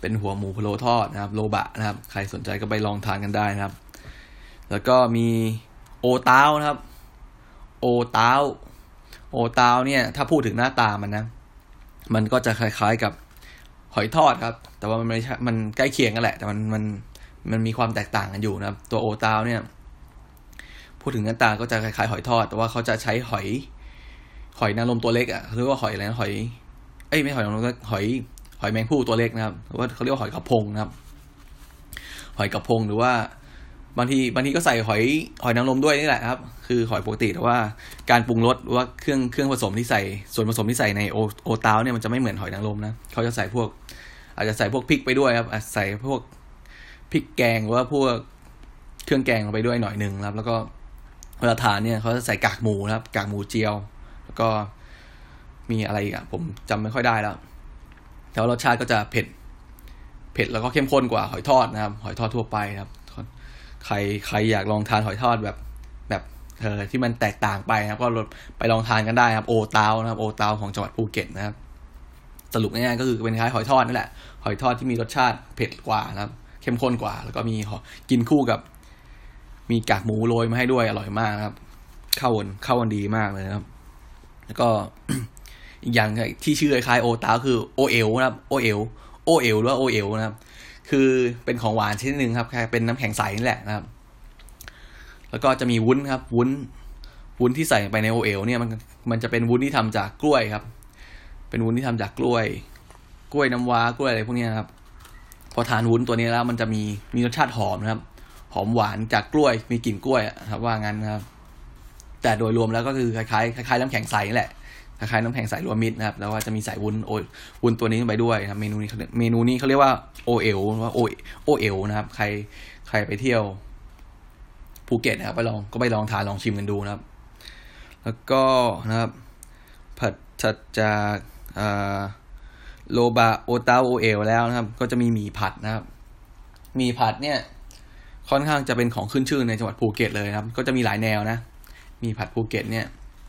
เป็นหัวหมูพะโล้ทอดนะครับโลบะนะครับใครสนใจก็ไปลองทานกันได้นะครับแล้วก็มีโอตาวนะครับโอตาวโอตาวเนี่ยถ้าพูดถึงหน้าตามันนะมันก็จะคล้ายๆกับหอยทอดครับแต่ว่ามันไม่ใช่มันใกล้เคียงกันแหละแต่มันมันมันมีความแตกต่างกันอยู่นะครับตัวโอตาวเนี่ยพูดถึงหน้าตาก็จะคล้ายๆหอยทอดแต่ว่าเขาจะใช้หอยหอยนางรมตัวเล็กอ่ะเรียกว่าหอยอะไรนะหอยเอ้ยไม่หอยนางรมหอยหอยแมงผู้ตัวเล็กนะครับหรือว่าเขาเรียกว่าหอยกระพงนะครับหอยกระพงหรือว่าบางทีบางทีก็ใส่หอยหอยนางรมด้วยนี่แหละครับคือหอยปกติแต่ว่าการปรุงรสหรือว่าเครื่องเครื่องผสมที่ใส่ส่วนผสมที่ใส่ในโอโอตาวเนี่ยมันจะไม่เหมือนหอยนางรมนะเขาจะใส่พวกอาจจะใส่พวกพริกไปด้วยครับอาจใส่พวกพริกแกงหรือว่าพวกเครื่องแกงลงไปด้วยหน่อยนึงครับแล้วก็เวลาทานเนี่ยเขาจะใส่กากหมูนะครับกากหมูเจียวแล้วก็มีอะไรอีกอ่ะผมจำไม่ค่อยได้แล้วแต่ว่ารสชาติก็จะเผ็ดเผ็ดแล้วก็เข้มข้นกว่าหอยทอดนะครับหอยทอดทั่วไปครับใครใครอยากลองทานหอยทอดแบบแบบเออที่มันแตกต่างไปนะครับก็ไปลองทานกันได้ครับโอตาวนะครับโอตาวของจังหวัดภูเก็ตนะครับสรุปง่ายๆก็คือเป็นคล้ายหอยทอดนั่นแหละหอยทอดที่มีรสชาติเผ็ดกว่านะครับเข้มข้นกว่าแล้วก็มีกินคู่กับมีกากหมูโรยมาให้ด้วยอร่อยมากนะครับเข้ากันเข้ากันดีมากเลยนะครับแล้วก็ อีกอย่างที่ชื่อคล้ายโอตาวคือโอเอลนะครับโอเอลโอเอลหรือว่าโอเอลนะครับคือเป็นของหวานชนิดนึงครับเป็นน้ำแข็งใสนี่แหละนะครับแล้วก็จะมีวุ้นครับวุ้นวุ้นที่ใส่ไปในโอเอลเนี่ยมันมันจะเป็นวุ้นที่ทำจากกล้วยครับเป็นวุ้นที่ทำจากกล้วยกล้วยน้ำว้ากล้วยอะไรพวกนี้ครับพอทานวุ้นตัวนี้แล้วมันจะมีมีรสชาติหอมนะครับหอมหวานจากกล้วยมีกลิ่นกล้วยครับว่างั้นนะครับแต่โดยรวมแล้วก็คือคล้ายๆคล้ายๆน้ำแข็งใสนี่แหละคล้ายๆน้ำแข็งใสรวมมิตรนะครับแล้วว่าจะมีใส่วุ้นโอวุ้นตัวนี้ไปด้วยครับเมนูนี้เมนูนี้เขาเรียกว่าโอเอลว่าโอโอเอลนะครับใครใครไปเที่ยวภูเก็ตนะครับไปลองก็ไปลองทานลองชิมกันดูนะครับแล้วก็นะครับผัดจัดจากโลบะโอตาวโอเอลแล้วนะครับก็จะมีหมี่ผัดนะครับหมี่ผัดเนี่ยค่อนข้างจะเป็นของขึ้นชื่อในจังหวัดภูเก็ตเลยนะครับก็จะมีหลายแนวนะหมี่ผัดภูเก็ตเนี่ย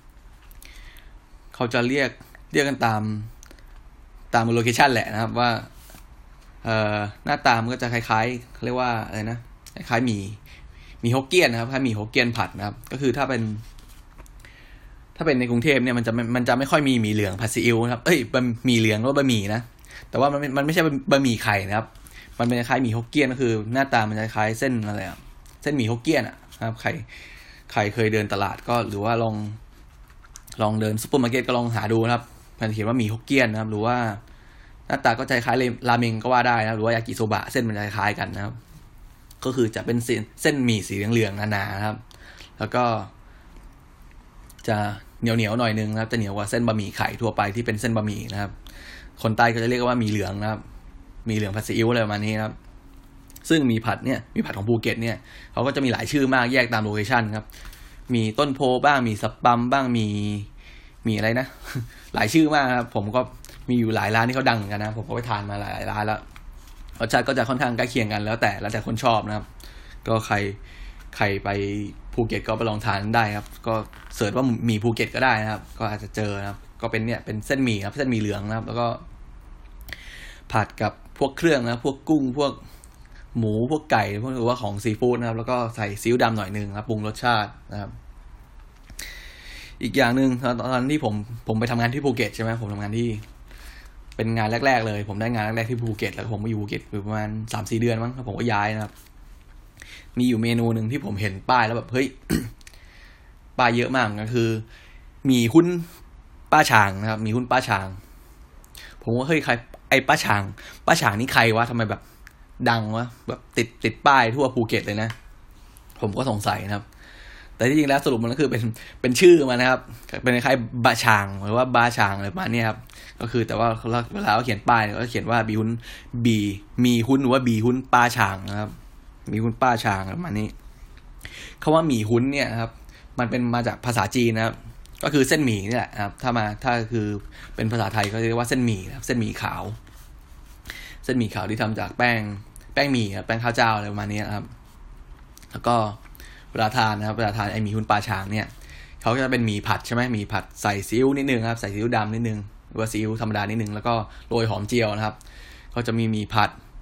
เขาจะเรียกเรียกกันตามตามโลเคชั่นแหละนะครับว่าเอ่อหน้าตามันก็จะคล้ายๆเขาเรียกว่าอะไรนะคล้ายๆหมี่หมี่ฮกเกี้ยนนะครับคล้ายหมี่ฮกเกี้ยนผัดนะครับก็คือถ้าเป็นถ้าเป็นในกรุงเทพเนี่ยมันจะมันจะไม่ค่อยมีหมี่เหลืองผัดซีอิ๊วนะครับเอ้ยบะหมี่เหลืองหรือว่าบะหมี่นะแต่ว่ามันมันไม่ใช่บะหมี่ไข่นะครับมันเป็นคล้ายหมี่ฮกเกี้ยนก็คือหน้าตามันจะคล้ายเส้นอะไรอ่ะเส้นหมี่ฮกเกี้ยนอ่ะนะครับใครใครเคยเดินตลาดก็หรือว่าลองลองเดินซุปเปอร์มาร์เก็ตก็ลองหาดูนะครับมันเขียนว่าหมี่ฮกเกี้ยนนะครับหรือว่าหน้าตาก็จะคล้ายราเมงก็ว่าได้นะหรือว่ายากิโซบะเส้นมันจะคล้ายกันนะครับก็คือจะเป็นเส้นหมี่สีเหลืองๆหนาๆนะครับแล้วก็จะเหนียวๆหน่อยนึงนะครับจะเหนียวกว่าเส้นบะหมี่ไข่ทั่วไปที่เป็นเส้นบะหมี่นะครับคนใต้ก็จะเรียกว่าหมี่เหลืองนะครับหมี่เหลืองผัดซีอิ๊วอะไรประมาณนี้นะครับซึ่งหมี่ผัดเนี่ยหมี่ผัดของภูเก็ตเนี่ยเขาก็จะมีหลายชื่อมากแยกตามโลเคชั่นครับมีต้นโพบ้างมีสปัมบ้างมีมีอะไรนะหลายชื่อมากครับผมก็มีอยู่หลายร้านที่เขาดังกันนะผมก็ไปทานมาหลายร้านแล้วรสชาติก็จะค่อนข้างใกล้เคียงกันแล้วแต่แล้วแต่คนชอบนะครับก็ใครใครไปภูเก็ตก็ไปลองทานได้ครับก็เสิร์ชว่าหมี่ภูเก็ตก็ได้นะครับก็อาจจะเจอนะครับก็เป็นเนี่ยเป็นเส้นหมี่ครับเส้นหมี่เหลืองนะครับแล้วก็ผัดกับพวกเครื่องนะพวกกุ้งพวกหมูพวกไก่พวกหรือว่าของซีฟู้ดนะครับแล้วก็ใส่ซีอิ๊วดำหน่อยนึงครับปรุงรสชาตินะครับอีกอย่างนึงตอนที่ผมผมไปทำงานที่ภูเก็ตใช่ไหมผมทำงานที่เป็นงานแรกๆเลยผมได้งานแรกๆที่ภูเก็ตแล้วผมไปอยู่ภูเก็ตอยู่ประมาณ สามสี่ เดือนมั้งแล้วผมก็ย้ายนะครับมีอยู่เมนูนึงที่ผมเห็นป้ายแล้วแบบเฮ้ย ป้ายเยอะมากก็คือมีหุ้นป้าฉางนะครับมีหุ้นป้าฉางผมว่าเฮ้ยใครไอ้ป้าฉางป้าฉางนี่ใครวะทำไมแบบดังวะแบบติดติดป้ายทั่วภูเก็ตเลยนะผมก็สงสัยนะครับแต่ที่จริงแล้วสรุปมันก็คือเป็นเป็นชื่อมันนะครับเป็นคล้ายๆบาฉางหรือว่าบาฉางอะไรประมาณนี้ครับก็คือแต่ว่าเวลาเขาเขียนป้ายเขาเขียนว่าบีหุ้นบีมีหุ้นหรือว่าบีหุ้นป้าฉางนะครับมีหุ้นป้าฉางประมาณนี้คำว่าหมี่หุ้นเนี่ยครับมันเป็นมาจากภาษาจีนนะครับก็คือเส้นหมี่นี่แหละครับถ้ามาถ้าคือเป็นภาษาไทยก็เรียกว่าเส้นหมี่ครับเส้นหมี่ขาวเส้นหมี่ขาวที่ทำจากแป้งแป้งหมี่ครับแป้งข้าวเจ้าอะไรประมาณนี้นะครับแล้วก็เวลาทานนะครับเวลาทานไอหมี่หุ้นปลาฉางเนี่ยเขาจะเป็นหมี่ผัดใช่ไหมหมี่ผัดใส่ซีอิ๊วนิดนึงครับใส่ซีอิ๊วดำนิดนึงหรือว่าซีอิ๊วธรรมดานิดนึงแล้วก็โรยหอมเจียวนะครับเขาจะมีหมี่ผัด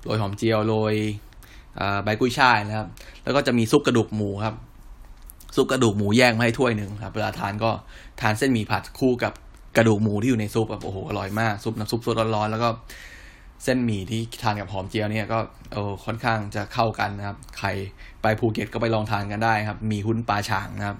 โรยหอมเจียวโรยใบกุ้ยช่ายนะครับแล้วก็จะมีซุปกระดูกหมูครับซุปกระดูกหมูแยกมาให้ถ้วยหนึ่งครับเวลาทานก็ทานเส้นหมี่ผัดคู่กับกระดูกหมูที่อยู่ในซุปแบบโอ้โหอร่อยมากซุปน้ำซุปสดร้อนๆแล้วก็เส้นหมี่ที่ทานกับหอมเจียวเนี่ยก็เออค่อนข้างจะเข้ากันนะครับใครไปภูเก็ตก็ไปลองทานกันได้ครับมีหุ้นปลาฉางนะครับ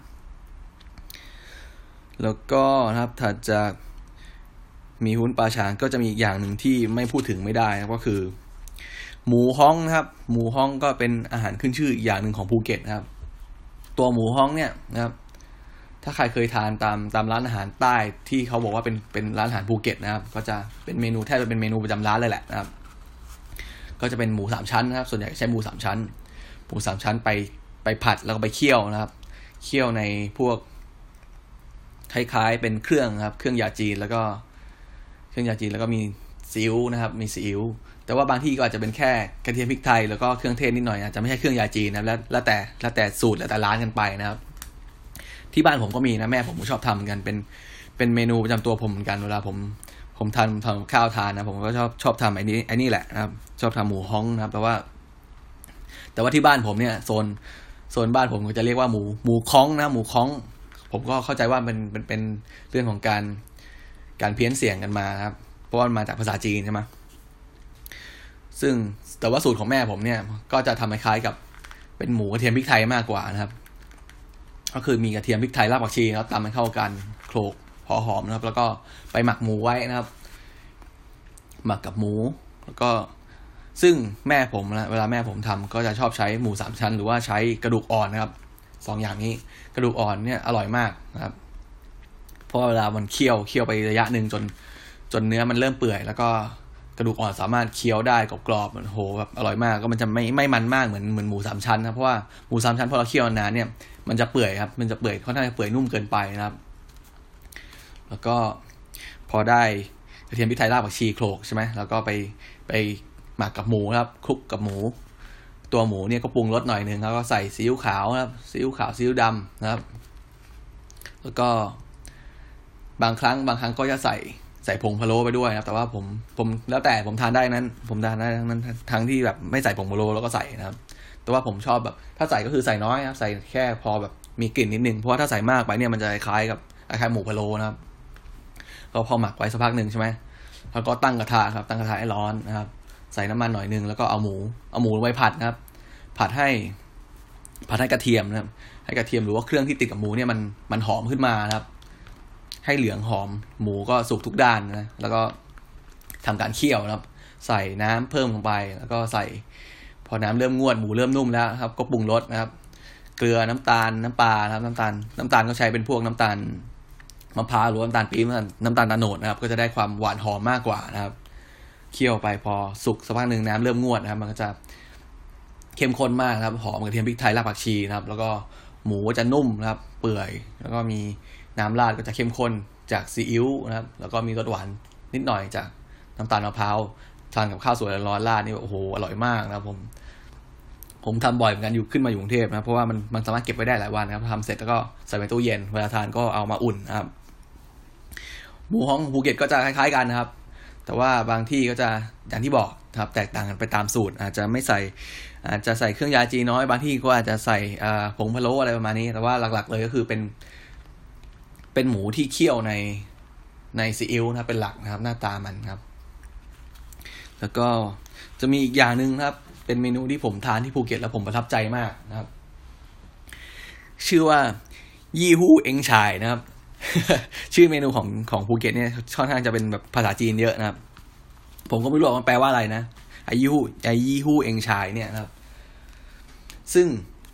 แล้วก็นะครับถัดจากมีหุ้นปลาฉางก็จะมีอีกอย่างหนึ่งที่ไม่พูดถึงไม่ได้นะก็คือหมูฮ้องนะครับหมูฮ้องก็เป็นอาหารขึ้นชื่ออีกอย่างหนึ่งของภูเก็ตนะครับตัวหมูฮ้องเนี่ยนะครับถ้าใครเคยทานตามตามร้านอาหารใต้ที่เขาบอกว่าเป็นเป็นร้านอาหารภูเก็ตนะครับก็จะเป็นเมนูแทบจะเป็นเมนูประจำร้านเลยแหละนะครับก็จะเป็นหมูสามชั้นนะครับส่วนใหญ่ใช้หมูสามชั้นหมูสามชั้นไปไปผัดแล้วก็ไปเคี่ยวนะครับเคี่ยวในพวกคล้ายๆเป็นเครื่องครับเครื่องยาจีนแล้วก็เครื่องยาจีนแล้วก็มีซีอิ๊วนะครับมีซีอิ๊วแต่ว่าบางที่ก็อาจจะเป็นแค่กระเทียมพริกไทยแล้วก็เครื่องเทศนิดหน่อยอาจจะไม่ใช่เครื่องยาจีนนะแล้วแล้วแต่แล้วแต่สูตรแล้วแต่ร้านกันไปนะครับที่บ้านผมก็มีนะแม่ผมก็ชอบทำกันเป็นเป็นเมนูประจำตัวผมเหมือนกันเวลาผมผมทานทำข้าวทานนะผมก็ชอบชอบทำไอ้นี้ไอ้นี่แหละนะครับชอบทำหมูฮ้องนะครับแต่ว่าแต่ว่าที่บ้านผมเนี่ยโซนโซนบ้านผมก็จะเรียกว่าหมูหมูค้องนะหมูค้องผมก็เข้าใจว่าเป็นเป็นเป็นเรื่องของการการเพี้ยนเสียงกันมาครับเพราะว่ามันมาจากภาษาจีนใช่ไหมซึ่งแต่ว่าสูตรของแม่ผมเนี่ยก็จะทำคล้ายๆกับเป็นหมูกระเทียมพริกไทยมากกว่านะครับก็คือมีกระเทียมพริกไทยรากผักชีแล้วตำให้เข้ากันโขลกพอหอมนะครับแล้วก็ไปหมักหมูไว้นะครับหมักกับหมูแล้วก็ซึ่งแม่ผมนะเวลาแม่ผมทำก็จะชอบใช้หมูสามชั้นหรือว่าใช้กระดูกอ่อนนะครับสองอย่างนี้กระดูกอ่อนเนี่ยอร่อยมากนะครับเพราะเวลามันเคี่ยวเคี่ยวไประยะหนึ่งจนจนเนื้อมันเริ่มเปื่อยแล้วก็กระดูกอ่อนสามารถเคี้ยวได้กรอบๆมันโหแบบอร่อยมากก็มันจะไม่ไม่มันมากเหมือนเหมือนหมูสามชั้นนะเพราะว่าหมูสามชั้นพอเราเคี่ยวนานเนี่ยมันจะเปื่อยครับมันจะเปื่อยค่อนข้างจะเปื่อยนุ่มเกินไปนะครับแล้วก็พอได้กระเทียมพริกไทยรากผักชีโขลกใช่ไหมแล้วก็ไปไปหมักกับหมูครับคลุกกับหมูตัวหมูเนี่ยก็ปรุงรสหน่อยนึงแล้วก็ใส่ซีอิ๊วขาวนะครับซีอิ๊วขาวซีอิ๊วดำนะครับแล้วก็บางครั้งบางครั้งก็จะใส่ใส่ผงพะโล้ไปด้วยนะครับแต่ว่าผมผมแล้วแต่ผมทานได้นั้นผมทานได้ทั้งนั้นทั้งที่แบบไม่ใส่ผงพะโล้แล้วก็ใส่นะครับแต่ว่าผมชอบแบบถ้าใส่ก็คือใส่น้อยครับใส่แค่พอแบบมีกลิ่นนิดนึงเพราะว่าถ้าใส่มากไปเนี่ยมันจะคล้ายกับคล้ายหมูพะโล้นะครับก็พอหมักไว้สักพักหนึ่งใช่ไหมแล้วก็ตั้งกระทะครับตั้งกระทะให้ร้อนนะครับใส่น้ำมันหน่อยนึงแล้วก็เอาหมูเอาหมูไว้ผัดนะครับผัดให้ผัดให้กระเทียมนะครับให้กระเทียมหรือว่าเครื่องที่ติดกับหมูเนี่ยมันมันหอมขึ้นมานะครับให้เหลืองหอมหมูก็สุกทุกด้านนะแล้วก็ทำการเคี่ยวนะครับใส่น้ำเพิ่มลงไปแล้วก็ใส่พอน้ำเริ่มงวดหมูเริ่มนุ่มแล้วครับก็ปรุงรสนะครับเกลือน้ำตาลน้ำปลาครับน้ำตาลน้ำตาลก็ใช้เป็นพวกน้ำตาลมะพร้าวหรือน้ำตาลปี๊บน้ำตาลตะโนดนะครับก็จะได้ความหวานหอมมากกว่านะครับเคี่ยวไปพอสุกสักพักหนึ่งน้ำเริ่มงวดนะครับมันก็จะเข้มข้นมากครับหอมกระเทียมพริกไทยรากผักชีนะครับแล้วก็หมูจะนุ่มนะครับเปื่อยแล้วก็มีน้ำราดก็จะเข้มข้นจากซีอิ๊วนะครับแล้วก็มีรสหวานนิดหน่อยจากน้ำตาลมะพร้าวทานกับข้าวสวยร้อนๆราดนี่โอ้โหอร่อยมากนะครับผมผมทำบ่อยเหมือนกันอยู่ขึ้นมาอยู่กรุงเทพนะเพราะว่ามันมันสามารถเก็บไว้ได้หลายวันนะครับทำเสร็จแล้วก็ใส่ไว้ตู้เย็นเวลาทานก็เอามาอุ่นนะครับหมูฮ้องภูเก็ตก็จะคล้ายๆกันนะครับแต่ว่าบางที่ก็จะอย่างที่บอกครับแตกต่างกันไปตามสูตรอาจจะไม่ใส่อาจจะใส่เครื่องยาจีนน้อยบางที่ก็อาจจะใส่ผงพะโล้อะไรประมาณนี้แต่ว่าหลักๆเลยก็คือเป็นเป็นหมูที่เคี่ยวในในซีอิ๊วนะเป็นหลักนะครับหน้าตามันครับแล้วก็จะมีอีกอย่างนึงครับเป็นเมนูที่ผมทานที่ภูเก็ตแล้วผมประทับใจมากนะครับชื่อว่ายี่ฮู้เอ็งชายนะครับ ชื่อเมนูของของภูเก็ตเนี่ยค่อนข้างจะเป็นแบบภาษาจีนเยอะนะครับผมก็ไม่รู้ว่ามันแปลว่าอะไรนะไอยี่ฮู้ไอยี่ฮู้เอ็งชายเนี่ยนะครับซึ่ง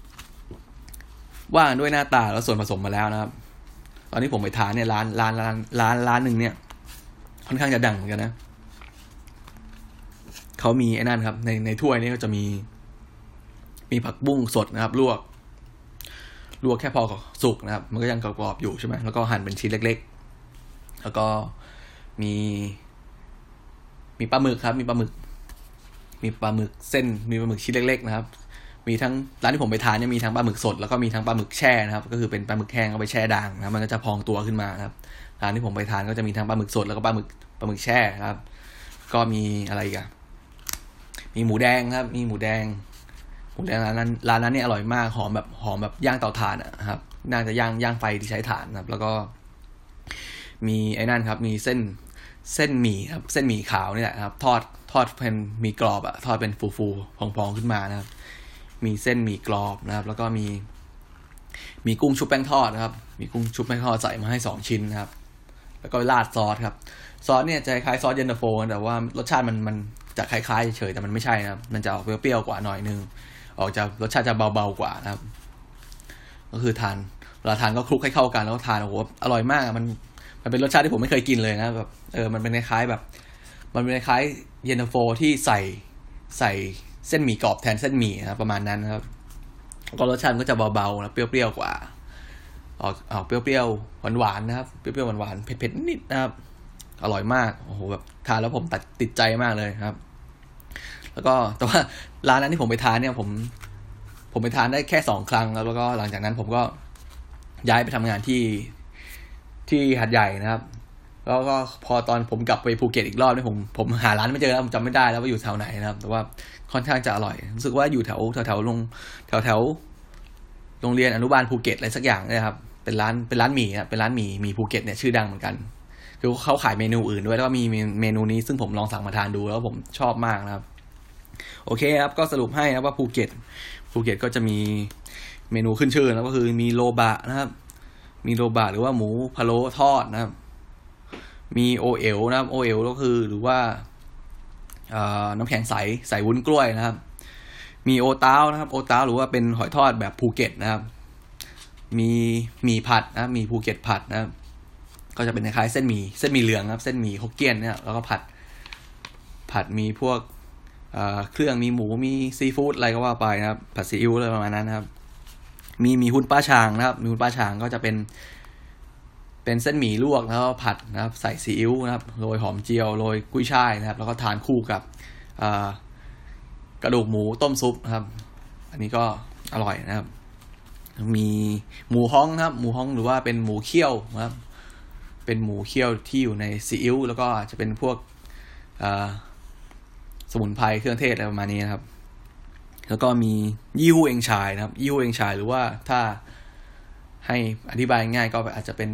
ว่าด้วยหน้าตาแล้วส่วนผสมมาแล้วนะครับตอนนี้ผมไปทานเนี่ยร้านร้านร้านร้านร้านหนึ่งเนี่ยค่อนข้างจะดังเหมือนกันนะเขามีไอ้นั่นครับในในถ้วยนี้ก็จะมีมีผักบุ้งสดนะครับลวกลวกแค่พอสุกนะครับมันก็ยังกรอบๆอยู่ใช่ไหมแล้วก็หั่นเป็นชิ้นเล็กๆแล้วก็มีมีปลาหมึกครับมีปลาหมึกมีปลาหมึกเส้นมีปลาหมึกชิ้นเล็กๆนะครับมีทั้งร้านที่ผมไปทานเนี่ยมีทั้งปลาหมึกสดแล้วก็มีทั้งปลาหมึกแช่นะครับก็คือเป็นปลาหมึกแห้งเอาไปแช่ด่างนะมันก็จะพองตัวขึ้นมาครับร้านที่ผมไปทานก็จะมีทั้งปลาหมึกสดแล้วก็ปลาหมึกปลาหมึกแช่ครับก็มีอะไรอีกอะมีหมูแดงครับมีหมูแดงหมูแดงร้านนั้นร้านนั้นเนี่ยอร่อยมากหอมแบบหอมแบบย่างเตาถ่านอ่ะครับน่าจะย่างย่างไฟที่ใช้ถ่านครับแล้วก็มีไอ้นั่นครับมีเส้นเส้นหมี่ครับเส้นหมี่ขาวนี่แหละครับทอดทอดเป็นหมี่กรอบอ่ะทอดเป็นฟูๆพองๆขึ้นมานะครับมีเส้นหมี่กรอบนะครับแล้วก็มีมีกุ้งชุบแป้งทอดนะครับมีกุ้งชุบแป้งทอดใส่มาให้สองชิ้นนะครับแล้วก็ราดซอสครับซอสเนี่ยจะคล้ายซอสเย็นตาโฟแต่ว่ารสชาติมันมันจะคล้ายๆเฉยแต่มันไม่ใช่นะครับมันจะออกเปรี้ยวๆกว่าหน่อยนึงออกจากรสชาติจะเบาๆกว่านะครับก็คือทานเวลาทานก็คลุกให้เข้ากันแล้วก็ทานโอ้โหอร่อยมากมันมันเป็นรสชาติที่ผมไม่เคยกินเลยนะแบบเออมันเป็นคล้ายๆแบบมันเป็นคล้ายเย็นตาโฟที่ใส่ใส่เส้นหมี่กรอบแทนเส้นหมี่นะครับประมาณนั้นนะครับก็รสชาติก็จะเบาๆนะเปรี้ยวๆกว่าออกออกเปรี้ยวๆหวานๆนะครับเปรี้ยวๆหวานๆเผ็ดๆนิดนะครับอร่อยมากโอ้โหแบบทานแล้วผมตัดติดใจมากเลยครับแล้วก็แต่ว่าร้านนั้นที่ผมไปทานเนี่ยผมผมไปทานได้แค่สองครั้งแล้วแล้วก็หลังจากนั้นผมก็ย้ายไปทำงานที่ที่หาดใหญ่นะครับแล้วก็พอตอนผมกลับไปภูเก็ตอีกรอบนี่ผมผมหาร้านไม่เจอแล้วผมจำไม่ได้แล้วว่าอยู่แถวไหนนะครับแต่ว่าค่อนข้างจะอร่อยรู้สึกว่าอยู่แถวแถวแถวลงแถวแถวโรงเรียนอนุบาลภูเก็ตอะไรสักอย่างนะครับเป็นร้านเป็นร้านหมี่นะเป็นร้านหมี่หมี่ภูเก็ตเนี่ยชื่อดังเหมือนกันคือเขาขายเมนูอื่นด้วยแล้วก็มีเมนูนี้ซึ่งผมลองสั่งมาทานดูแล้วผมชอบมากนะครับโอเคครับก็สรุปให้นะว่าภูเก็ตภูเก็ตก็จะมีเมนูขึ้นชื่อแล้วก็คือมีโลบะนะครับมีโลบะหรือว่าหมูพะโล้ทอดนะครับมีโอเอ๋วนะครับโอเอ๋วก็คือหรือว่าน้ำแข็งใสใส่วุ้นกล้วยนะครับมีโอต้านะครับโอต้าหรือว่าเป็นหอยทอดแบบภูเก็ตนะครับมีหมี่ผัดนะมีภูเก็ตผัดนะครับก็จะเป็นคล้ายๆเส้นหมี่เส้นหมี่เหลืองครับเส้นหมี่ฮกเกี้ยนเนี่ยแล้วก็ผัดผัดมีพวกเครื่องมีหมูมีซีฟู้ดอะไรก็ว่าไปนะครับผัดซีอิ๊วอะไรประมาณนั้นนะครับมีมีหุ้นป้าชางนะครับมีหุ้นป้าชางก็จะเป็นเป็นเส้นหมี่ลวกแล้วก็ผัดนะครับใส่ซีอิ๊วนะครับโรยหอมเจียวโรยกุ้ยช่ายนะครับแล้วก็ทานคู่กับกระดูกหมูต้มซุปนะครับอันนี้ก็อร่อยนะครับมีหมูฮ้องนะครับหมูฮ้องหรือว่าเป็นหมูเคี่ยวนะครับเป็นหมูเคี่ยวที่อยู่ในซีอิ๊วแล้วก็จะเป็นพวกสมุนไพรเครื่องเทศอะไรประมาณนี้นะครับแล้วก็มียี่หู้เองชายนะครับยี่หู้เองชายหรือว่าถ้าให้อธิบายง่ายก็อาจจะเป็น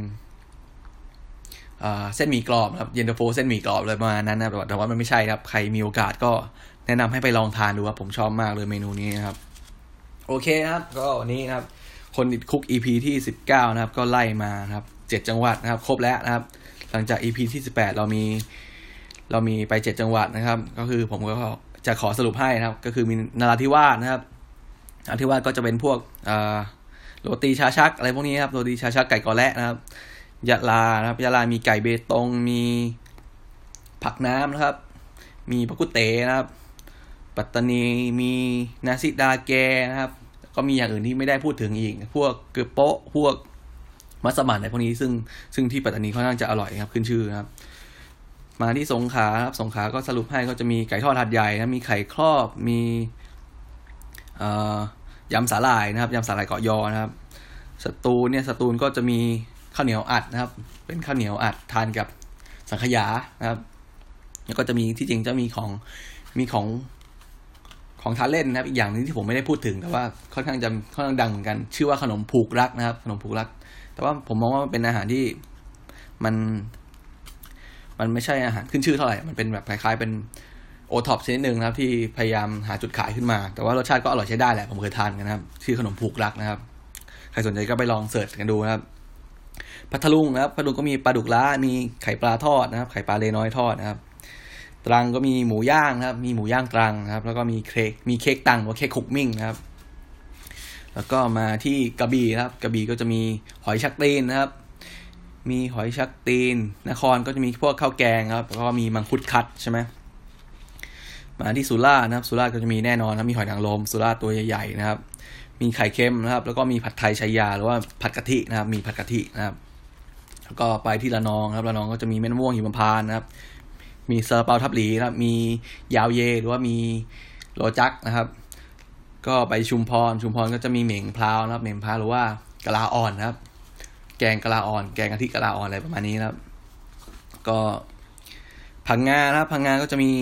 เส้นหมี่กรอบครับเย็นตาโฟเส้นหมี่กรอบอะไรประมาณนั้นนะแต่ว่ามันไม่ใช่ครับใครมีโอกาสก็แนะนำให้ไปลองทานดูครับผมชอบมากเลยเมนูนี้นะครับโอเคครับก็วันนี้นะครับคนติดคุก อี พี ที่สิบเก้านะครับก็ไล่มาครับเจ็ดจังหวัดนะครับครบแล้วนะครับหลังจาก อี พี ที่สิบแปดเรามีเรามีไปเจ็ดจังหวัดนะครับก็คือผมก็จะขอสรุปให้นะครับก็คือมีนราธิวาสนะครับนราธิวาสก็จะเป็นพวกโรตีชาชักอะไรพวกนี้ครับโรตีชาชักไก่กอแระนะครับยะลานะครับยะลามีไก่เบตงมีผักน้ำนะครับมีปะกุเตนะครับปัตตานีมีนาซิดาแกนะครับก็มีอย่างอื่นที่ไม่ได้พูดถึงอีกพวกเกลือโป๊ะพวกมัสมั่นอะไรพวกนี้ซึ่งซึ่งที่ปัตตานีค่อนข้างจะอร่อยครับขึ้นชื่อนะครับมาที่สงขลาครับสงขลาก็สรุปให้ก็จะมีไก่ทอดหาดใหญ่นะมีไข่ครอบมีเอ่อยำสาหร่ายนะครับยำสาหร่ายเกาะยอนะครับสตูลเนี่ยสตูลก็จะมีข้าวเหนียวอัดนะครับเป็นข้าวเหนียวอัดทานกับสังขยานะครับแล้วก็จะมีที่จริงจะมีของมีของของทานเล่นนะครับอีกอย่างนึงที่ผมไม่ได้พูดถึงแต่ว่าค่อนข้างจะค่อนข้างดังเหมือนกันชื่อว่าขนมผูกรักนะครับขนมผูกรักแต่ว่าผมมองว่ามันเป็นอาหารที่มันมันไม่ใช่อาหารขึ้นชื่อเท่าไหร่มันเป็นแบบคล้ายๆเป็นโอท็อปชนิดนึงนะครับที่พยายามหาจุดขายขึ้นมาแต่ว่ารสชาติก็อร่อยใช้ได้แหละผมเคยทานกันนะครับชื่อขนมผูกรักนะครับใครสนใจก็ไปลองเสิร์ชกันดูนะครับพัทลุงนะครับพัทลุงก็มีปลาดุกล้ามีไข่ปลาทอดนะครับไข่ปลาเลน้อยทอดนะครับตรังก็มีหมูย่างนะครับมีหมูย่างตรังนะครับแล้วก็มีเค้กมีเค้กตังหรือเค้กคุกมิ่งนะครับแล้วก็มาที่กระบี่นะครับกระบี่ก็จะมีหอยชักตีนนะครับมีหอยชักตีนนครก็จะมีพวกข้าวแกงครับแล้วก็มีมังคุดคัดใช่ไหมมาที่สุราษฎร์นะครับสุราษฎร์ก็จะมีแน่นอนนะมีหอยนางรมสุราษฎร์ตัวใหญ่ๆนะครับมีไข่เค็มนะครับแล้วก็มีผัดไทยชัยยาหรือว่าผัดกะทินะครับมีผัดกะทินะครับแล้วก็ไปที่ระนองครับระนองก็จะมีแม่น้ำม่วงหิมพานต์นะครับมีซาลาเปาทับหลีนะครับมียาวเยหรือว่ามีโรจักนะครับก็ไปชุมพรชุมพรก็จะมีเหม่งพร้าวนะครับเหม่งพร้าวหรือว่ากะลาอ่อนนะครับแกงกะลาอ่อนแกงกะทิกะลาอ่อนอะไรประมาณนี้นะครับก็พังงานะครับพังงาก็จะมี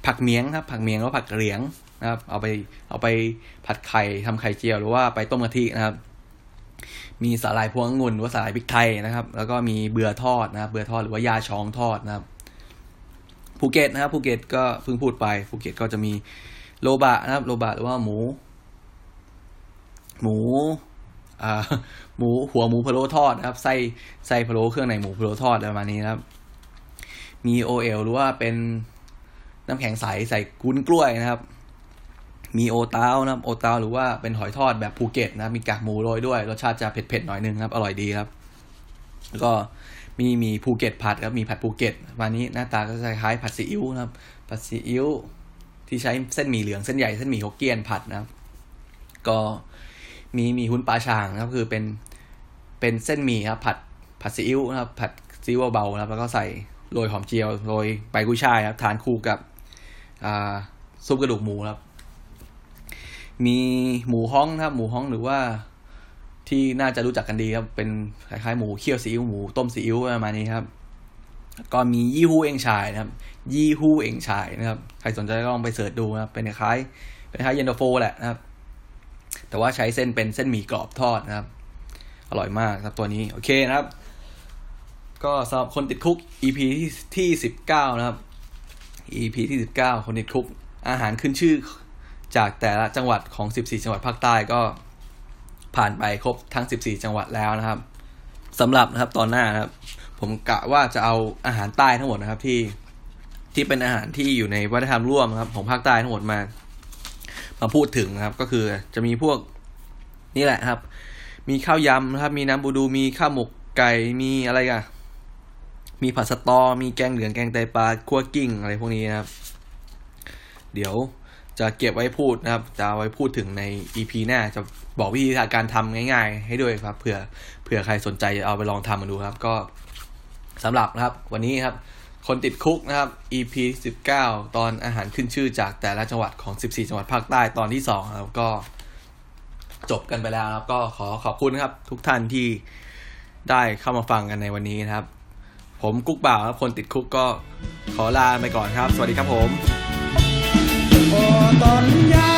ผักเมียงครับผักเมียงหรือผักเหลียงนะครับเอาไปเอาไปผัดไข่ทำไข่เจียวหรือว่าไปต้มกะทินะครับมีสาหร่ายพวงองุ่นหรือว่าสาหร่ายพริกไทยนะครับแล้วก็มีเบื่อทอดนะครับเบื่อทอดหรือว่ายาช้องทอดนะครับภูเก็ตนะครับภูเก็ตก็เพิ่งพูดไปภูเก็ตก็จะมีโลบะนะครับโลบะหรือว่าหมูหมูอ่าหมูหัวหมูพะโล้ทอดนะครับไส้ไส้พะโล้เครื่องในหมูพะโล้ทอดอะไรประมาณนี้นะครับมีโอเอลหรือว่าเป็นน้ำแข็งใสใส่กุ้นกล้วยนะครับมีโอตาวนะครับโอตาวหรือว่าเป็นหอยทอดแบบภูเก็ตนะครับมีกากหมูโรยด้วยรสชาติจะเผ็ดๆหน่อยนึงครับอร่อยดีครับแล้วก็มีมีภูเก็ตผัดครับมีผัดภูเก็ตประมาณนี้หน้าตาก็จะคล้ายผัดซีอิ๊วนะครับผัดซีอิ๊วที่ใช้เส้นหมี่เหลืองเส้นใหญ่เส้นหมี่ฮกเกี้ยนผัดนะครับก็มีมีหุ้นปลาช่างนะครับคือเป็นเป็นเส้นหมี่ครับผัดผัดซีอิ๊วนะครับผัดซีอิ๊วเบาๆนะครับแล้วก็ใส่โรยหอมเจียวโรยใบกุ้ยช่ายครับทานคู่กับอ่าซุปกระดูกหมูครับมีหมูฮ้องนะครับหมูฮ้องหรือว่าที่น่าจะรู้จักกันดีครับเป็นคล้ายๆหมูเคี่ยวซีอิ๊วหมูต้มซีอิ๊วประมาณนี้ครับก็มียี่ฮู้เอ็งชายนะครับยี่ฮู้เอ็งชายนะครับใครสนใจก็ลองไปเสิร์ชดูนะครับเป็นคล้ายเป็นคล้ายเย็นตาโฟแหละนะครับแต่ว่าใช้เส้นเป็นเส้นหมี่กรอบทอดนะครับอร่อยมากครับตัวนี้โอเคนะครับก็สำหรับคนติดคุก อี พี ที่ที่สิบเก้านะครับ อี พี ที่สิบเก้าคนติดคุกอาหารขึ้นชื่อจากแต่ละจังหวัดของสิบสี่จังหวัดภาคใต้ก็ผ่านไปครบทั้งสิบสี่จังหวัดแล้วนะครับสำหรับนะครับตอนหน้านะครับผมกะว่าจะเอาอาหารใต้ทั้งหมดนะครับที่ที่เป็นอาหารที่อยู่ในวัฒนธรรมร่วมนะครับของภาคใต้ทั้งหมดมามาพูดถึงนะครับก็คือจะมีพวกนี่แหละครับมีข้าวยำนะครับมีน้ำบูดูมีข้าวหมกไก่มีอะไรกันมีผัดสตอมีแกงเหลืองแกงไตปลาคั่วกิ้งอะไรพวกนี้นะครับเดี๋ยวจะเก็บไว้พูดนะครับจะเอาไว้พูดถึงใน อี พี หน้าจะบอกวิธีการทำง่ายๆให้ด้วยครับเผื่อเผื่อใครสนใจจะเอาไปลองทำมาดูครับก็สำหรับนะครับวันนี้ครับคนติดคุกนะครับ อี พี สิบเก้าตอนอาหารขึ้นชื่อจากแต่ละจังหวัดของสิบสี่จังหวัดภาคใต้ตอนที่สองครับก็จบกันไปแล้วครับก็ขอขอบคุณครับทุกท่านที่ได้เข้ามาฟังกันในวันนี้นะครับผมกุ๊กบ่าวครับคนติดคุกก็ขอลาไปก่อนครับสวัสดีครับผมตอนยา